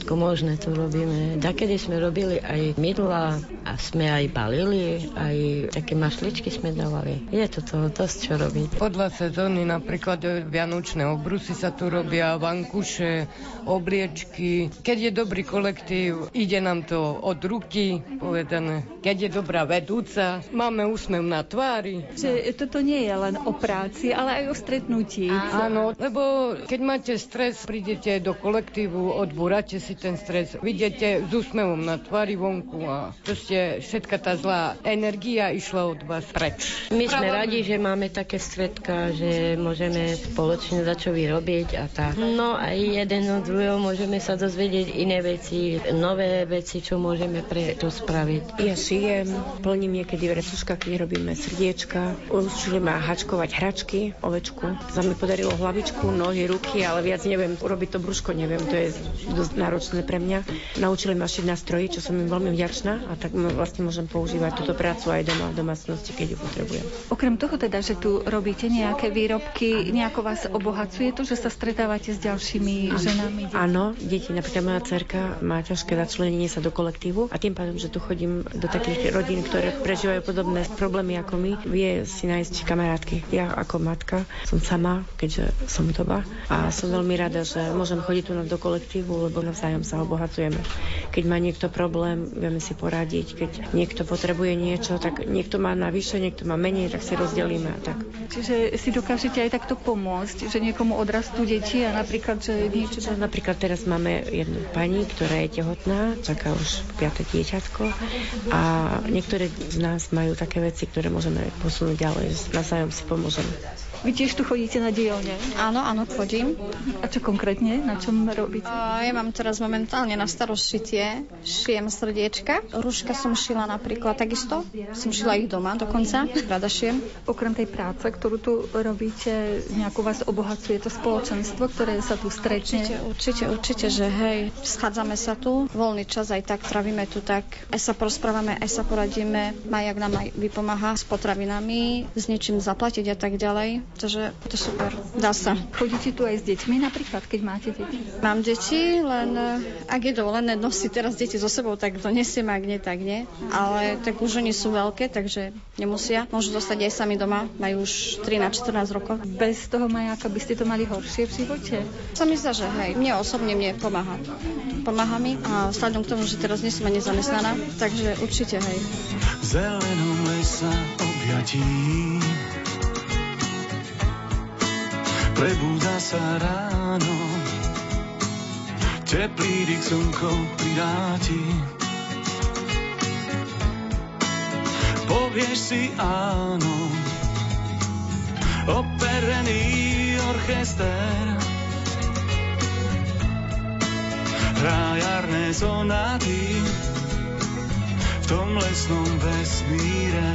všetko možné tu robíme. Dakedy sme robili aj mydla a sme aj balili, aj také mašličky sme dávali. Je to toho dosť čo robiť. Podľa sezóny napríklad vianočné obrusy sa tu robia, vankuše, obliečky. Keď je dobrý kolektív, ide nám to od ruky povedané. Keď je dobrá vedúca, máme úsmev na tvári. Že toto nie je len o práci, ale aj o stretnutí. Áno, lebo keď máte stres, prídete do kolektívu, odbúrate si ten stres, vidíte s úsmevom na tvári vonku a proste všetka tá zlá energia išla od vás preč. My sme radi, že máme také stredka, že môžeme spoločne za čo vyrobiť a tak. No aj jeden od druhého môžeme sa dozvedieť iné veci, nové veci, čo môžeme pre to spraviť. Ja šijem, plním niekedy vrecuška, keď robíme srdiečka. Učili ma hačkovať hračky, ovečku. Za mi podarilo hlavičku, nohy, ruky, ale viac neviem, urobiť to brúško neviem, to je dosť náročné pre mňa. Naučili ma šiť na stroji, čo som im veľmi vďačná a tak vlastne môžem používať túto prácu aj doma v domácnosti, keď ju potrebujem. Okrem toho teda, že tu robíte nejaké výrobky, nejako vás obohacuje to, že sa stretávate s ďalšími ženami? Áno, deti, napríklad moja dcerka má ťažké začlenenie sa do kolektívu a tým pádom, že tu chodím do takých rodín, ktoré prežívajú podobné problémy ako my, vie si nájsť kamarátky. Ja ako matka som sama, keďže som doma a som veľmi rada, že môžem chodiť tu do kolektívu, lebo navzájom sa obohacujeme. Keď má niekto problém, vieme si poradiť. Keď niekto potrebuje niečo, tak niekto má navyše, niekto má menej, tak si rozdelíme a tak. Čiže si dokážete aj takto pomôcť, že niekomu odrastú deti a napríklad, že niečo... Napríklad teraz máme jednu pani, ktorá je tehotná, čaká už piate dieťatko a niektoré z nás majú také veci, ktoré môžeme posunúť ďalej, navzájom si pomôžeme. Vy tiež tu chodíte na dielne? Áno, áno, chodím. A čo konkrétne? Na čom robíte? Uh, ja mám teraz momentálne na starost šitie. Šijem srdiečka. Rúška som šila napríklad takisto. Som šila ich doma dokonca. Rada šijem. Okrem tej práce, ktorú tu robíte, nejako vás obohacuje to spoločenstvo, ktoré sa tu stretne? Určite, určite, určite, že hej, schádzame sa tu. Voľný čas aj tak trávime tu tak. Aj sa porozprávame, aj sa poradíme. Majak nám aj vypomáha s potravinami, s niečím zaplatiť a tak ďalej. Takže to je super, dá sa. Chodíte tu aj s deťmi napríklad, keď máte deti? Mám deti, len ak je dovolené nosiť teraz deti so sebou, tak to nesiem, ak nie, tak nie. Ale tak už oni sú veľké, takže nemusia. Môžu zostať aj sami doma, majú už trinásť štrnásť rokov. Bez toho Majáka by ste to mali horšie v živote? Sa mi zdá, že hej, mne osobne mne pomáha. Pomáha mi a vzhľadom k tomu, že teraz nie som ani zamestnaná, takže určite hej. V zelenom lesa objatí prebúda sa ráno, teplý dých slnko pridáti. Povieš si áno, operený orchester hrá jarné sonáty v tom lesnom vesmíre.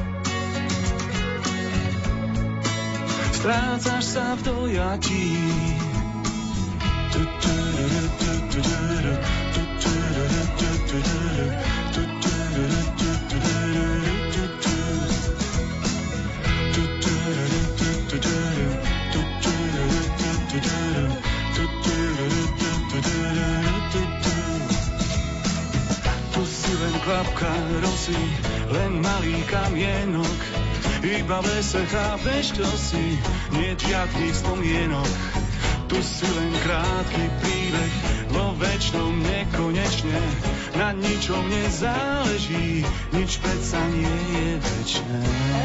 Strácaš sa v dojatí. Tu si len kvapka rosy, len malý kamienok. Iba v lese chápeš, čo si, nie žiadnych spomienok. Tu si len krátky príbeh, vo večnom nekonečne. Na ničom nezáleží, nič predsa nie je večné.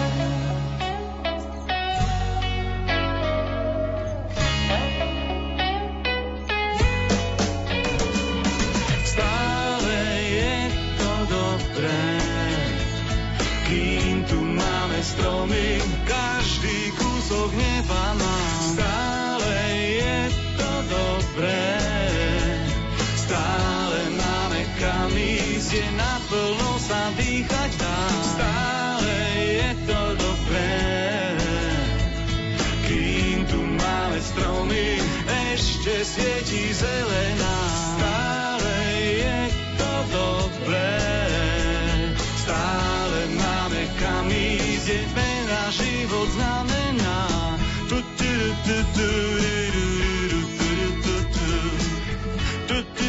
Stále je to dobré, kým tu máme stromy, každý kúsok neba má. Stále je to dobré, stále máme kam ísť, je naplno sa dýchať dá. Stále je to dobré, kým tu máme stromy, ešte svietí zelená. Stále je to dobré, stále máme kam ísť, je zmena, život znamená. Tu, tu, tu, tu, tu, tu, tu, tu, tu, tu, tu, tu, tu.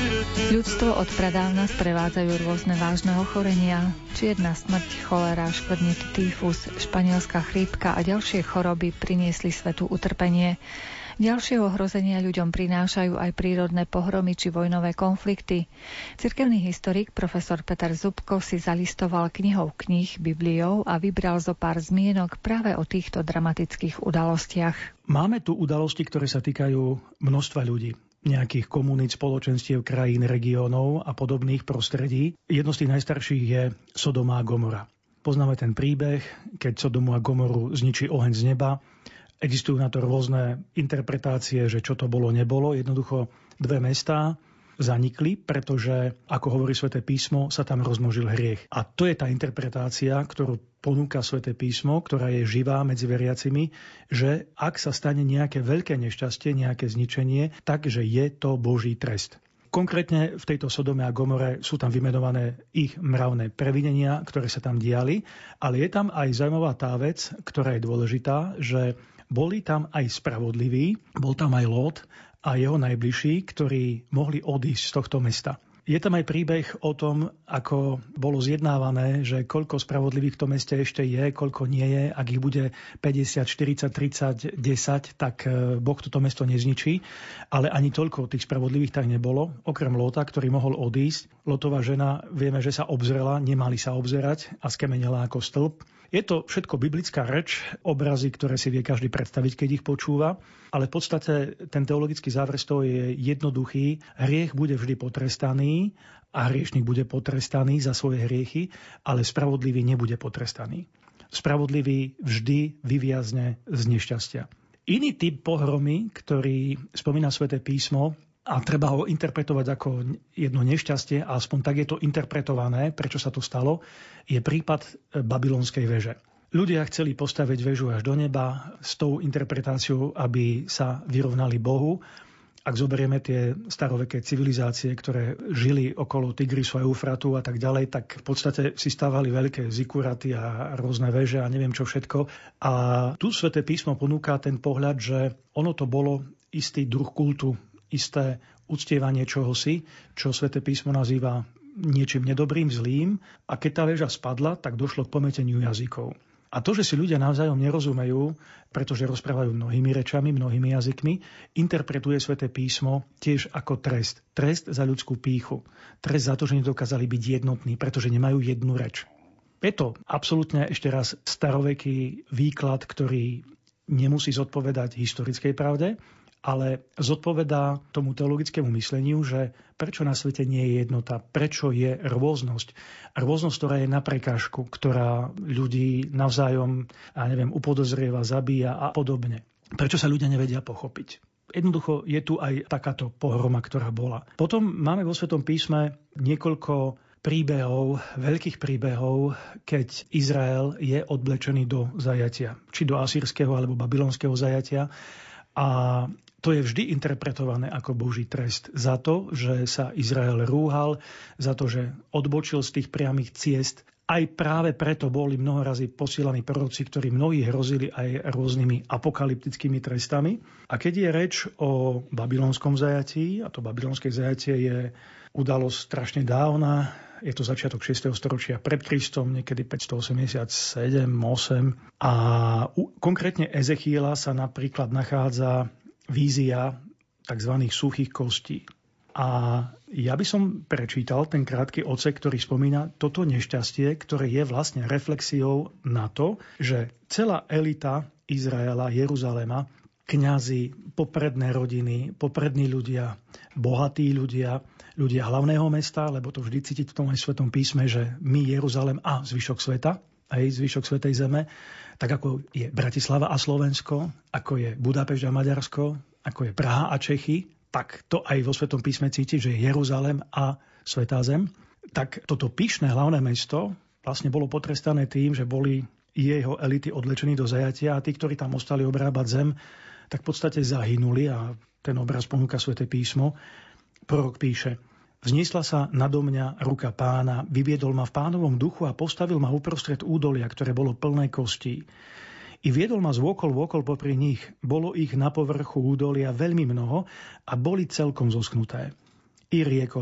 Ľudstvo od pradávna sprevádzajú rôzne vážne ochorenia. Čierna smrť, cholera, škvrnitý tyfus, španielská chrípka a ďalšie choroby priniesli svetu utrpenie. Ďalšie ohrozenia ľuďom prinášajú aj prírodné pohromy či vojnové konflikty. Cirkevný historik profesor Peter Zubko si zalistoval knihou kníh Bibliou a vybral zo pár zmienok práve o týchto dramatických udalostiach. Máme tu udalosti, ktoré sa týkajú množstva ľudí, nejakých komunít, spoločenstiev, krajín, regiónov a podobných prostredí. Jedno z tých najstarších je Sodoma a Gomora. Poznáme ten príbeh, keď Sodomu a Gomoru zničí oheň z neba. Existujú na to rôzne interpretácie, že čo to bolo, nebolo. Jednoducho dve mestá zanikli, pretože, ako hovorí Sväté písmo, sa tam rozmnožil hriech. A to je tá interpretácia, ktorú ponúka Sväté písmo, ktorá je živá medzi veriacimi, že ak sa stane nejaké veľké nešťastie, nejaké zničenie, takže je to Boží trest. Konkrétne v tejto Sodome a Gomore sú tam vymenované ich mravné previnenia, ktoré sa tam diali, ale je tam aj zaujímavá tá vec, ktorá je dôležitá, že boli tam aj spravodliví, bol tam aj Lót a jeho najbližší, ktorí mohli odísť z tohto mesta. Je tam aj príbeh o tom, ako bolo zjednávané, že koľko spravodlivých v tom meste ešte je, koľko nie je. Ak ich bude päťdesiat, štyridsať, tridsať, desať, tak Boh toto mesto nezničí. Ale ani toľko tých spravodlivých tak nebolo. Okrem Lóta, ktorý mohol odísť. Lótová žena, vieme, že sa obzrela, nemali sa obzerať a skamenela ako stĺp. Je to všetko biblická reč, obrazy, ktoré si vie každý predstaviť, keď ich počúva, ale v podstate ten teologický záver z toho je jednoduchý. Hriech bude vždy potrestaný a hriešnik bude potrestaný za svoje hriechy, ale spravodlivý nebude potrestaný. Spravodlivý vždy vyviazne z nešťastia. Iný typ pohromy, ktorý spomína Sväté písmo, a treba ho interpretovať ako jedno nešťastie, a aspoň tak je to interpretované, prečo sa to stalo, je prípad babylonskej veže. Ľudia chceli postaviť väžu až do neba s tou interpretáciou, aby sa vyrovnali Bohu. Ak zoberieme tie staroveké civilizácie, ktoré žili okolo Tigrisu a Eufratu a tak ďalej, tak v podstate si stávali veľké zikuraty a rôzne väže a neviem čo všetko. A tu Sväté písmo ponúka ten pohľad, že ono to bolo istý druh kultu, isté uctievanie čohosi, čo Sväté písmo nazýva niečím nedobrým, zlým. A keď tá väža spadla, tak došlo k pometeniu jazykov. A to, že si ľudia navzájom nerozumejú, pretože rozprávajú mnohými rečami, mnohými jazykmi, interpretuje Sväté písmo tiež ako trest. Trest za ľudskú pýchu. Trest za to, že nedokázali byť jednotní, pretože nemajú jednu reč. Je to absolútne ešte raz staroveký výklad, ktorý nemusí zodpovedať historickej pravde, ale zodpovedá tomu teologickému mysleniu, že prečo na svete nie je jednota, prečo je rôznosť. A rôznosť, ktorá je na prekážku, ktorá ľudí navzájom, ja neviem, upodozrieva, zabíja a podobne. Prečo sa ľudia nevedia pochopiť. Jednoducho je tu aj takáto pohroma, ktorá bola. Potom máme vo Svätom písme niekoľko príbehov, veľkých príbehov, keď Izrael je odblečený do zajatia. Či do asýrskeho alebo babylonského zajatia. A to je vždy interpretované ako Boží trest za to, že sa Izrael rúhal, za to, že odbočil z tých priamych ciest. Aj práve preto boli mnohorazí posielaní proroci, ktorí mnohí hrozili aj rôznymi apokalyptickými trestami. A keď je reč o babylonskom zajatí, a to babylonské zajatie je udalosť strašne dávna, je to začiatok šiesteho storočia pred Kristom, niekedy päťstoosemdesiatsedem osem. A u, konkrétne Ezechiela sa napríklad nachádza vízia tzv. Suchých kostí. A ja by som prečítal ten krátky odsek, ktorý spomína toto nešťastie, ktoré je vlastne reflexiou na to, že celá elita Izraela, Jeruzalema, kňazi, popredné rodiny, poprední ľudia, bohatí ľudia, ľudia hlavného mesta, lebo to vždy cítiť v tom aj Svätom písme, že my Jeruzalem a zvyšok sveta, aj zvyšok Svätej zeme, tak ako je Bratislava a Slovensko, ako je Budapešť a Maďarsko, ako je Praha a Čechy, tak to aj vo Svätom písme cíti, že je Jeruzalem a Svätá zem. Tak toto pyšné hlavné mesto vlastne bolo potrestané tým, že boli jeho elity odlečení do zajatia a tí, ktorí tam ostali obrábať zem, tak v podstate zahynuli a ten obraz ponúka Sväté písmo. Prorok píše: Vzniesla sa nado mňa ruka Pána, vyviedol ma v Pánovom duchu a postavil ma uprostred údolia, ktoré bolo plné kostí. I viedol ma zvôkol vôkol popri nich. Bolo ich na povrchu údolia veľmi mnoho a boli celkom zoschnuté. I riekol mi: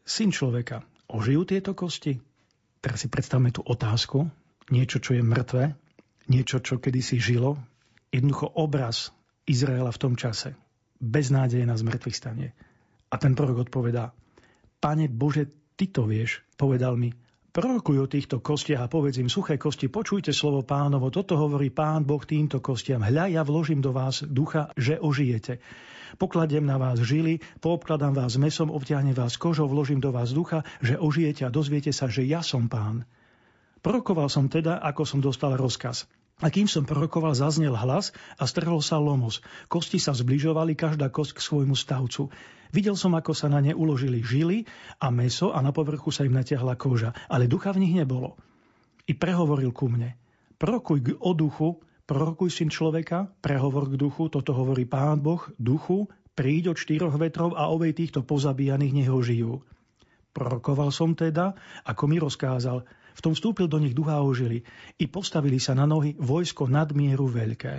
Syn človeka, ožijú tieto kosti? Teraz si predstavme tú otázku. Niečo, čo je mŕtve, niečo, čo kedysi žilo. Jednoducho obraz Izraela v tom čase. Bez nádeje na zmrtvých stanie. A ten prorok odpovedá: Pane Bože, Ty to vieš, povedal mi, prorokuj o týchto kostiach a povedz im: suché kosti, počujte slovo Pánovo, toto hovorí Pán Boh týmto kostiam. Hľa, ja vložím do vás ducha, že ožijete. Pokladiem na vás žily, poobkladám vás mesom, obťahnem vás kožou, vložím do vás ducha, že ožijete a dozviete sa, že ja som Pán. Prorokoval som teda, ako som dostal rozkaz. A kým som prorokoval, zaznel hlas a strhol sa lomos. Kosti sa zbližovali, každá kosť k svojmu stavcu. Videl som, ako sa na ne uložili žily a mäso a na povrchu sa im natiahla koža, ale ducha v nich nebolo. I prehovoril ku mne: prorokuj o duchu, prorokuj, syn človeka, prehovor k duchu, toto hovorí Pán Boh, duchu, príď od štyroch vetrov a ovej týchto pozabíjaných nech ožijú. Prorokoval som teda, ako mi rozkázal. V tom vstúpil do nich duch a ožili. I postavili sa na nohy vojsko nadmieru veľké.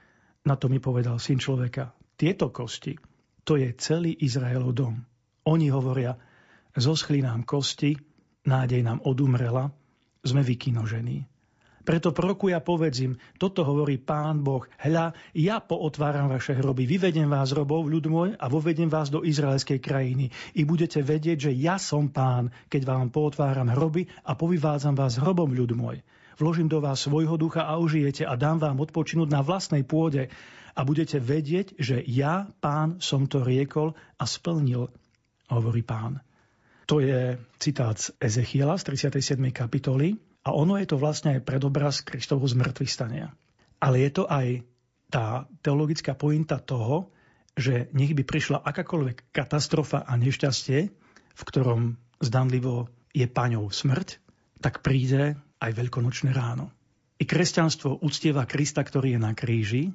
Na to mi povedal: syn človeka, tieto kosti, to je celý Izraelov dom. Oni hovoria: zoschli nám kosti, nádej nám odumrela, sme vykinožení. Preto prorokuj a povedz im: toto hovorí Pán Boh, hľa, ja pootváram vaše hroby, vyvedem vás z hrobov, ľud môj, a vovedem vás do izraelskej krajiny. I budete vedieť, že ja som Pán, keď vám pootváram hroby a povyvádzam vás hrobom, ľud môj. Vložím do vás svojho ducha a ožijete a dám vám odpočinúť na vlastnej pôde a budete vedieť, že ja, Pán, som to riekol a splnil, hovorí Pán. To je citát z Ezechiela z tridsiatej siedmej kapitoly. A ono je to vlastne aj predobraz Kristovho zmrtvých stania. Ale je to aj tá teologická pointa toho, že nech by prišla akákoľvek katastrofa a nešťastie, v ktorom zdanlivo je paňou smrť, tak príde aj veľkonočné ráno. I kresťanstvo uctieva Krista, ktorý je na kríži,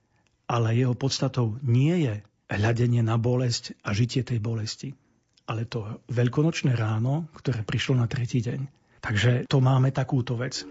ale jeho podstatou nie je hľadenie na bolesť a žitie tej bolesti, ale to veľkonočné ráno, ktoré prišlo na tretí deň. Takže to máme takúto vec.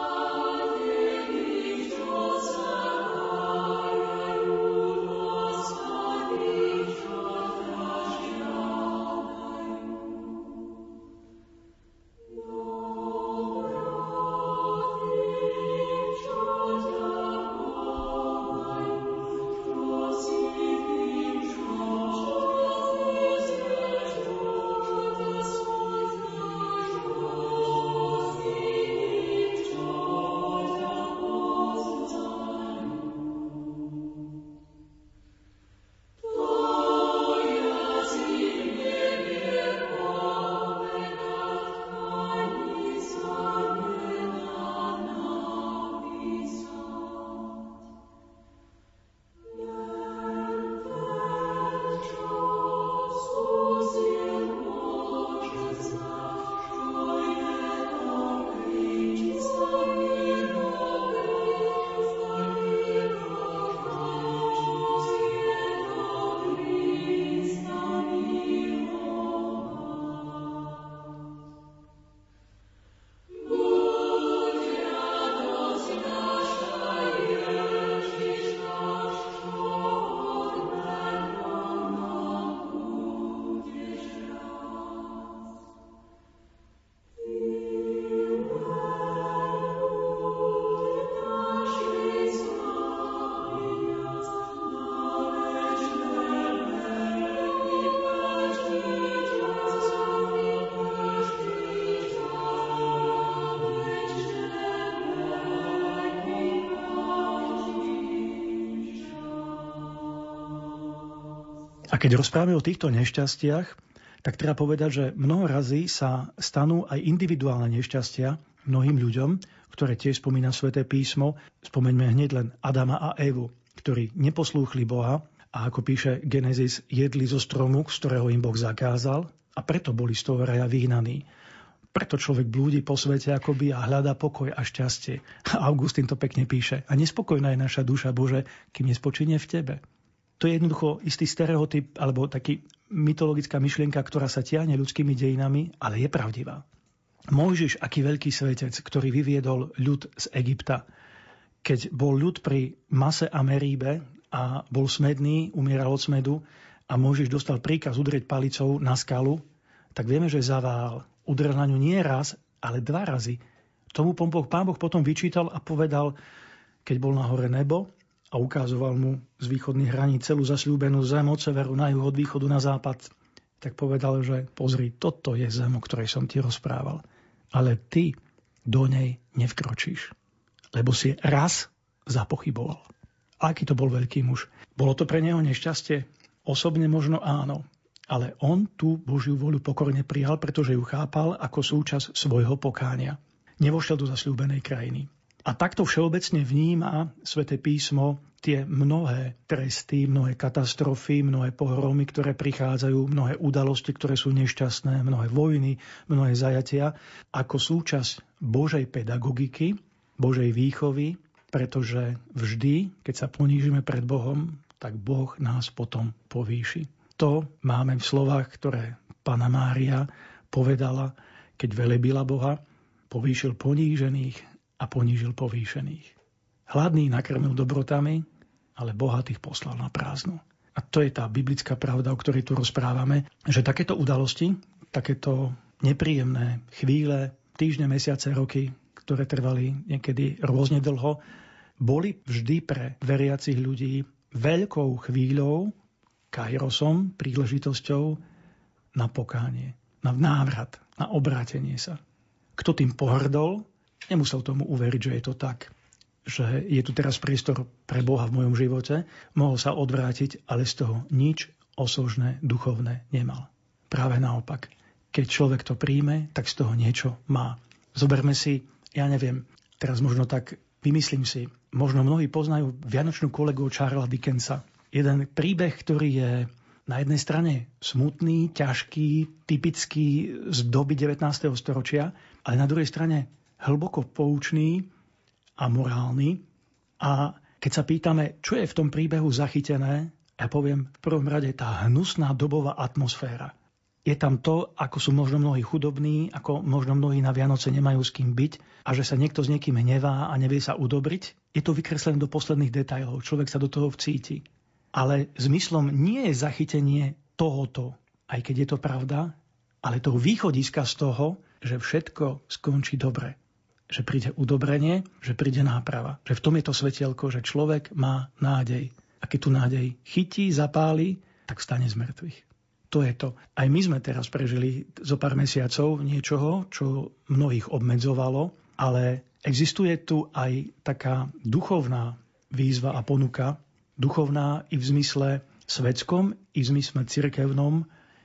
A keď rozprávame o týchto nešťastiach, tak treba povedať, že mnoho razy sa stanú aj individuálne nešťastia mnohým ľuďom, ktoré tiež spomína Sväté písmo. Spomeňme hneď len Adama a Evu, ktorí neposlúchli Boha a ako píše Genesis, jedli zo stromu, z ktorého im Boh zakázal, a preto boli z toho raja vyhnaní. Preto človek blúdi po svete akoby a hľadá pokoj a šťastie. A Augustín to pekne píše. A nespokojná je naša duša, Bože, kým nespočinie v Tebe. To je jednoducho istý stereotyp alebo taký mytologická myšlienka, ktorá sa tiahne ľudskými dejinami, ale je pravdivá. Mojžiš, aký veľký svetec, ktorý vyviedol ľud z Egypta. Keď bol ľud pri Mase a Meríbe a bol smedný, umieral od smedu a Mojžiš dostal príkaz udrieť palicou na skalu, tak vieme, že zavál. Udrel na ňu nie raz, ale dva razy. Tomu Pán Boh potom vyčítal a povedal, keď bol na hore nebo a ukázoval mu z východných hraníc celú zasľúbenú zem od severu na juh, od východu na západ, tak povedal, že pozri, toto je zem, o ktorej som ti rozprával. Ale ty do nej nevkročíš, lebo si raz zapochyboval. Aký to bol veľký muž. Bolo to pre neho nešťastie? Osobne možno áno. Ale on tú Božiu voľu pokorne prijal, pretože ju chápal ako súčasť svojho pokánia. Nevošiel do zasľúbenej krajiny. A takto všeobecne vníma Sväté písmo tie mnohé tresty, mnohé katastrofy, mnohé pohromy, ktoré prichádzajú, mnohé udalosti, ktoré sú nešťastné, mnohé vojny, mnohé zajatia, ako súčasť Božej pedagogiky, Božej výchovy, pretože vždy, keď sa ponížime pred Bohom, tak Boh nás potom povýši. To máme v slovách, ktoré Panna Mária povedala, keď velebila Boha, povýšil ponížených a ponížil povýšených. Hladný nakrmil dobrotami, ale bohatých poslal na prázdno. A to je tá biblická pravda, o ktorej tu rozprávame, že takéto udalosti, takéto nepríjemné chvíle, týždne, mesiace, roky, ktoré trvali niekedy rôzne dlho, boli vždy pre veriacich ľudí veľkou chvíľou, kairosom, príležitosťou na pokánie, na návrat, na obrátenie sa. Kto tým pohrdol, nemusel tomu uveriť, že je to tak, že je tu teraz priestor pre Boha v mojom živote, mohol sa odvrátiť, ale z toho nič osožné, duchovné nemal. Práve naopak, keď človek to príjme, tak z toho niečo má. Zoberme si, ja neviem, teraz možno tak vymyslím si, možno mnohí poznajú vianočnú kolegu Charlesa Dickensa. Jeden príbeh, ktorý je na jednej strane smutný, ťažký, typický z doby devätnásteho storočia, ale na druhej strane hlboko poučný a morálny. A keď sa pýtame, čo je v tom príbehu zachytené, ja poviem v prvom rade tá hnusná dobová atmosféra. Je tam to, ako sú možno mnohí chudobní, ako možno mnohí na Vianoce nemajú s kým byť a že sa niekto s niekým hnevá a nevie sa udobriť. Je to vykreslené do posledných detailov. Človek sa do toho vcíti. Ale zmyslom nie je zachytenie tohoto, aj keď je to pravda, ale toho východiska z toho, že všetko skončí dobre. Že príde udobrenie, že príde náprava. Že v tom je to svetielko, že človek má nádej. A keď tu nádej chytí, zapáli, tak vstane z mŕtvych. To je to. Aj my sme teraz prežili zo pár mesiacov niečoho, čo mnohých obmedzovalo, ale existuje tu aj taká duchovná výzva a ponuka, duchovná i v zmysle svetskom, i v zmysle cirkevnom,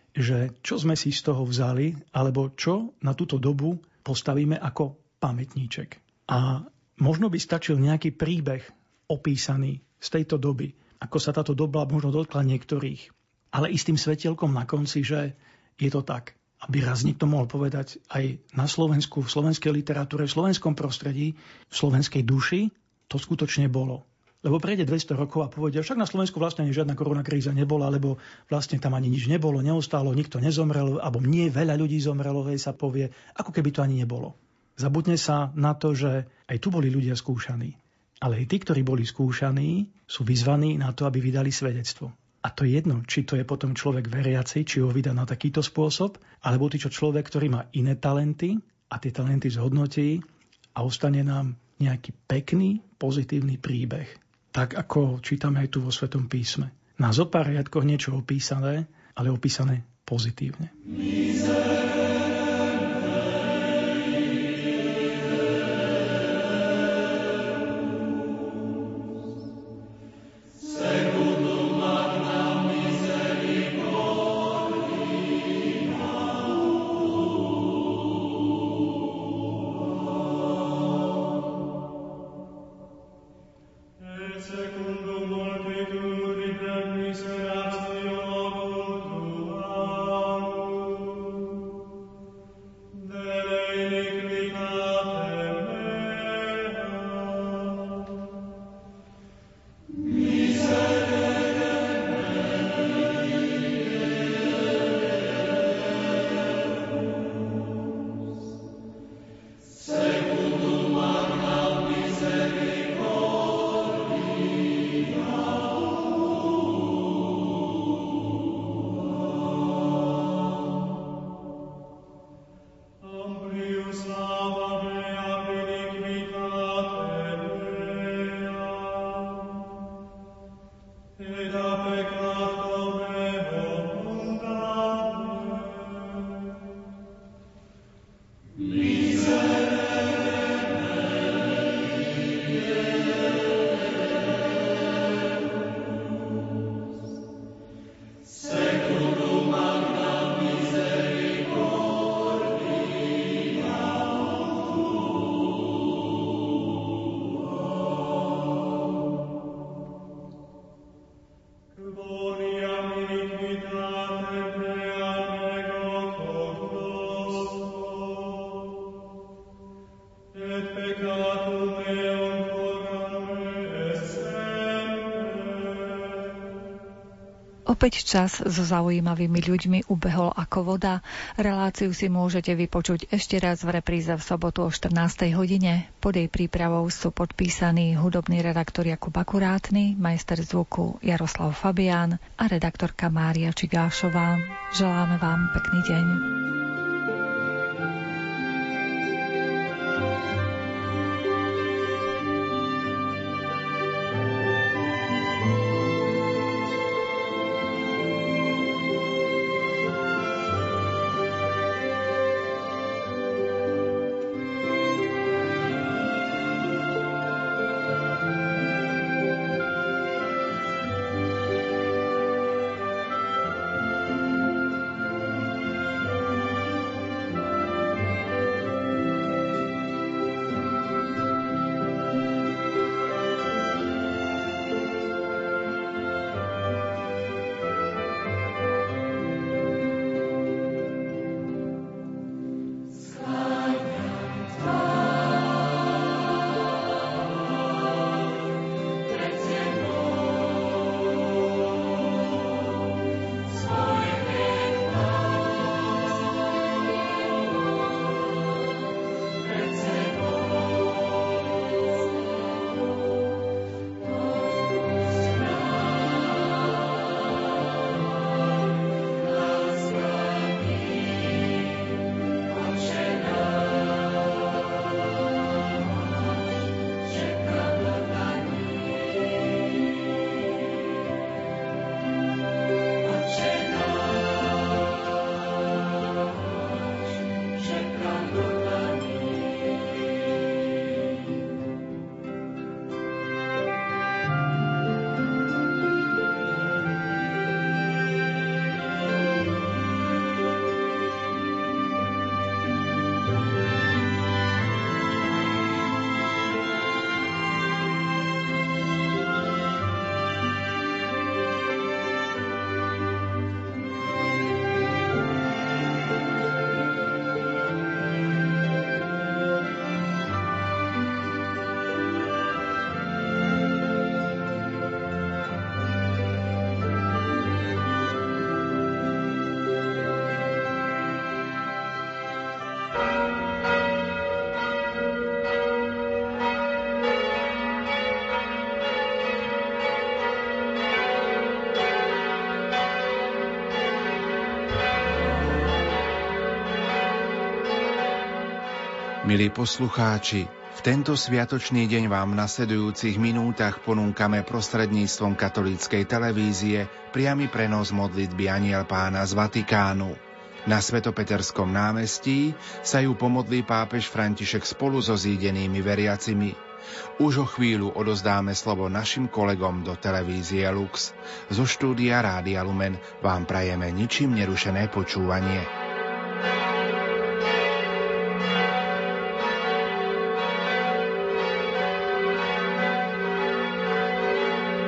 že čo sme si z toho vzali, alebo čo na túto dobu postavíme ako pamätníček. A možno by stačil nejaký príbeh opísaný z tejto doby, ako sa táto doba možno dotkla niektorých, ale istým svetielkom na konci, že je to tak. Aby raz niekto mohol povedať aj na Slovensku, v slovenskej literatúre, v slovenskom prostredí, v slovenskej duši, to skutočne bolo. Lebo prejde dvesto rokov a povedia, však na Slovensku vlastne ani žiadna koronakríza nebola, lebo vlastne tam ani nič nebolo, neostálo, nikto nezomrel, alebo nie veľa ľudí zomrelo, hej, sa povie, ako keby to ani nebolo. Zabudne sa na to, že aj tu boli ľudia skúšaní. Ale aj tí, ktorí boli skúšaní, sú vyzvaní na to, aby vydali svedectvo. A to je jedno, či to je potom človek veriaci, či ho vydá na takýto spôsob, alebo tí, čo človek, ktorý má iné talenty a tie talenty zhodnotí a ostane nám nejaký pekný, pozitívny príbeh. Tak ako čítame aj tu vo Svätom písme. Na zo pár riadkoch niečo opísané, ale opísané pozitívne. Opäť čas so zaujímavými ľuďmi ubehol ako voda. Reláciu si môžete vypočuť ešte raz v repríze v sobotu o štrnástej hodine. Pod jej prípravou sú podpísaní hudobný redaktor Jakub Akurátny, majster zvuku Jaroslav Fabián a redaktorka Mária Čigášová. Želáme vám pekný deň. Milí poslucháči, v tento sviatočný deň vám v nasledujúcich minútach ponúkame prostredníctvom katolíckej televízie priamy prenos modlitby Anjel Pána z Vatikánu. Na Svetopeterskom námestí sa ju pomodlí pápež František spolu so zídenými veriacimi. Už o chvíľu odozdáme slovo našim kolegom do televízie Lux. Zo štúdia Rádia Lumen vám prajeme ničím nerušené počúvanie.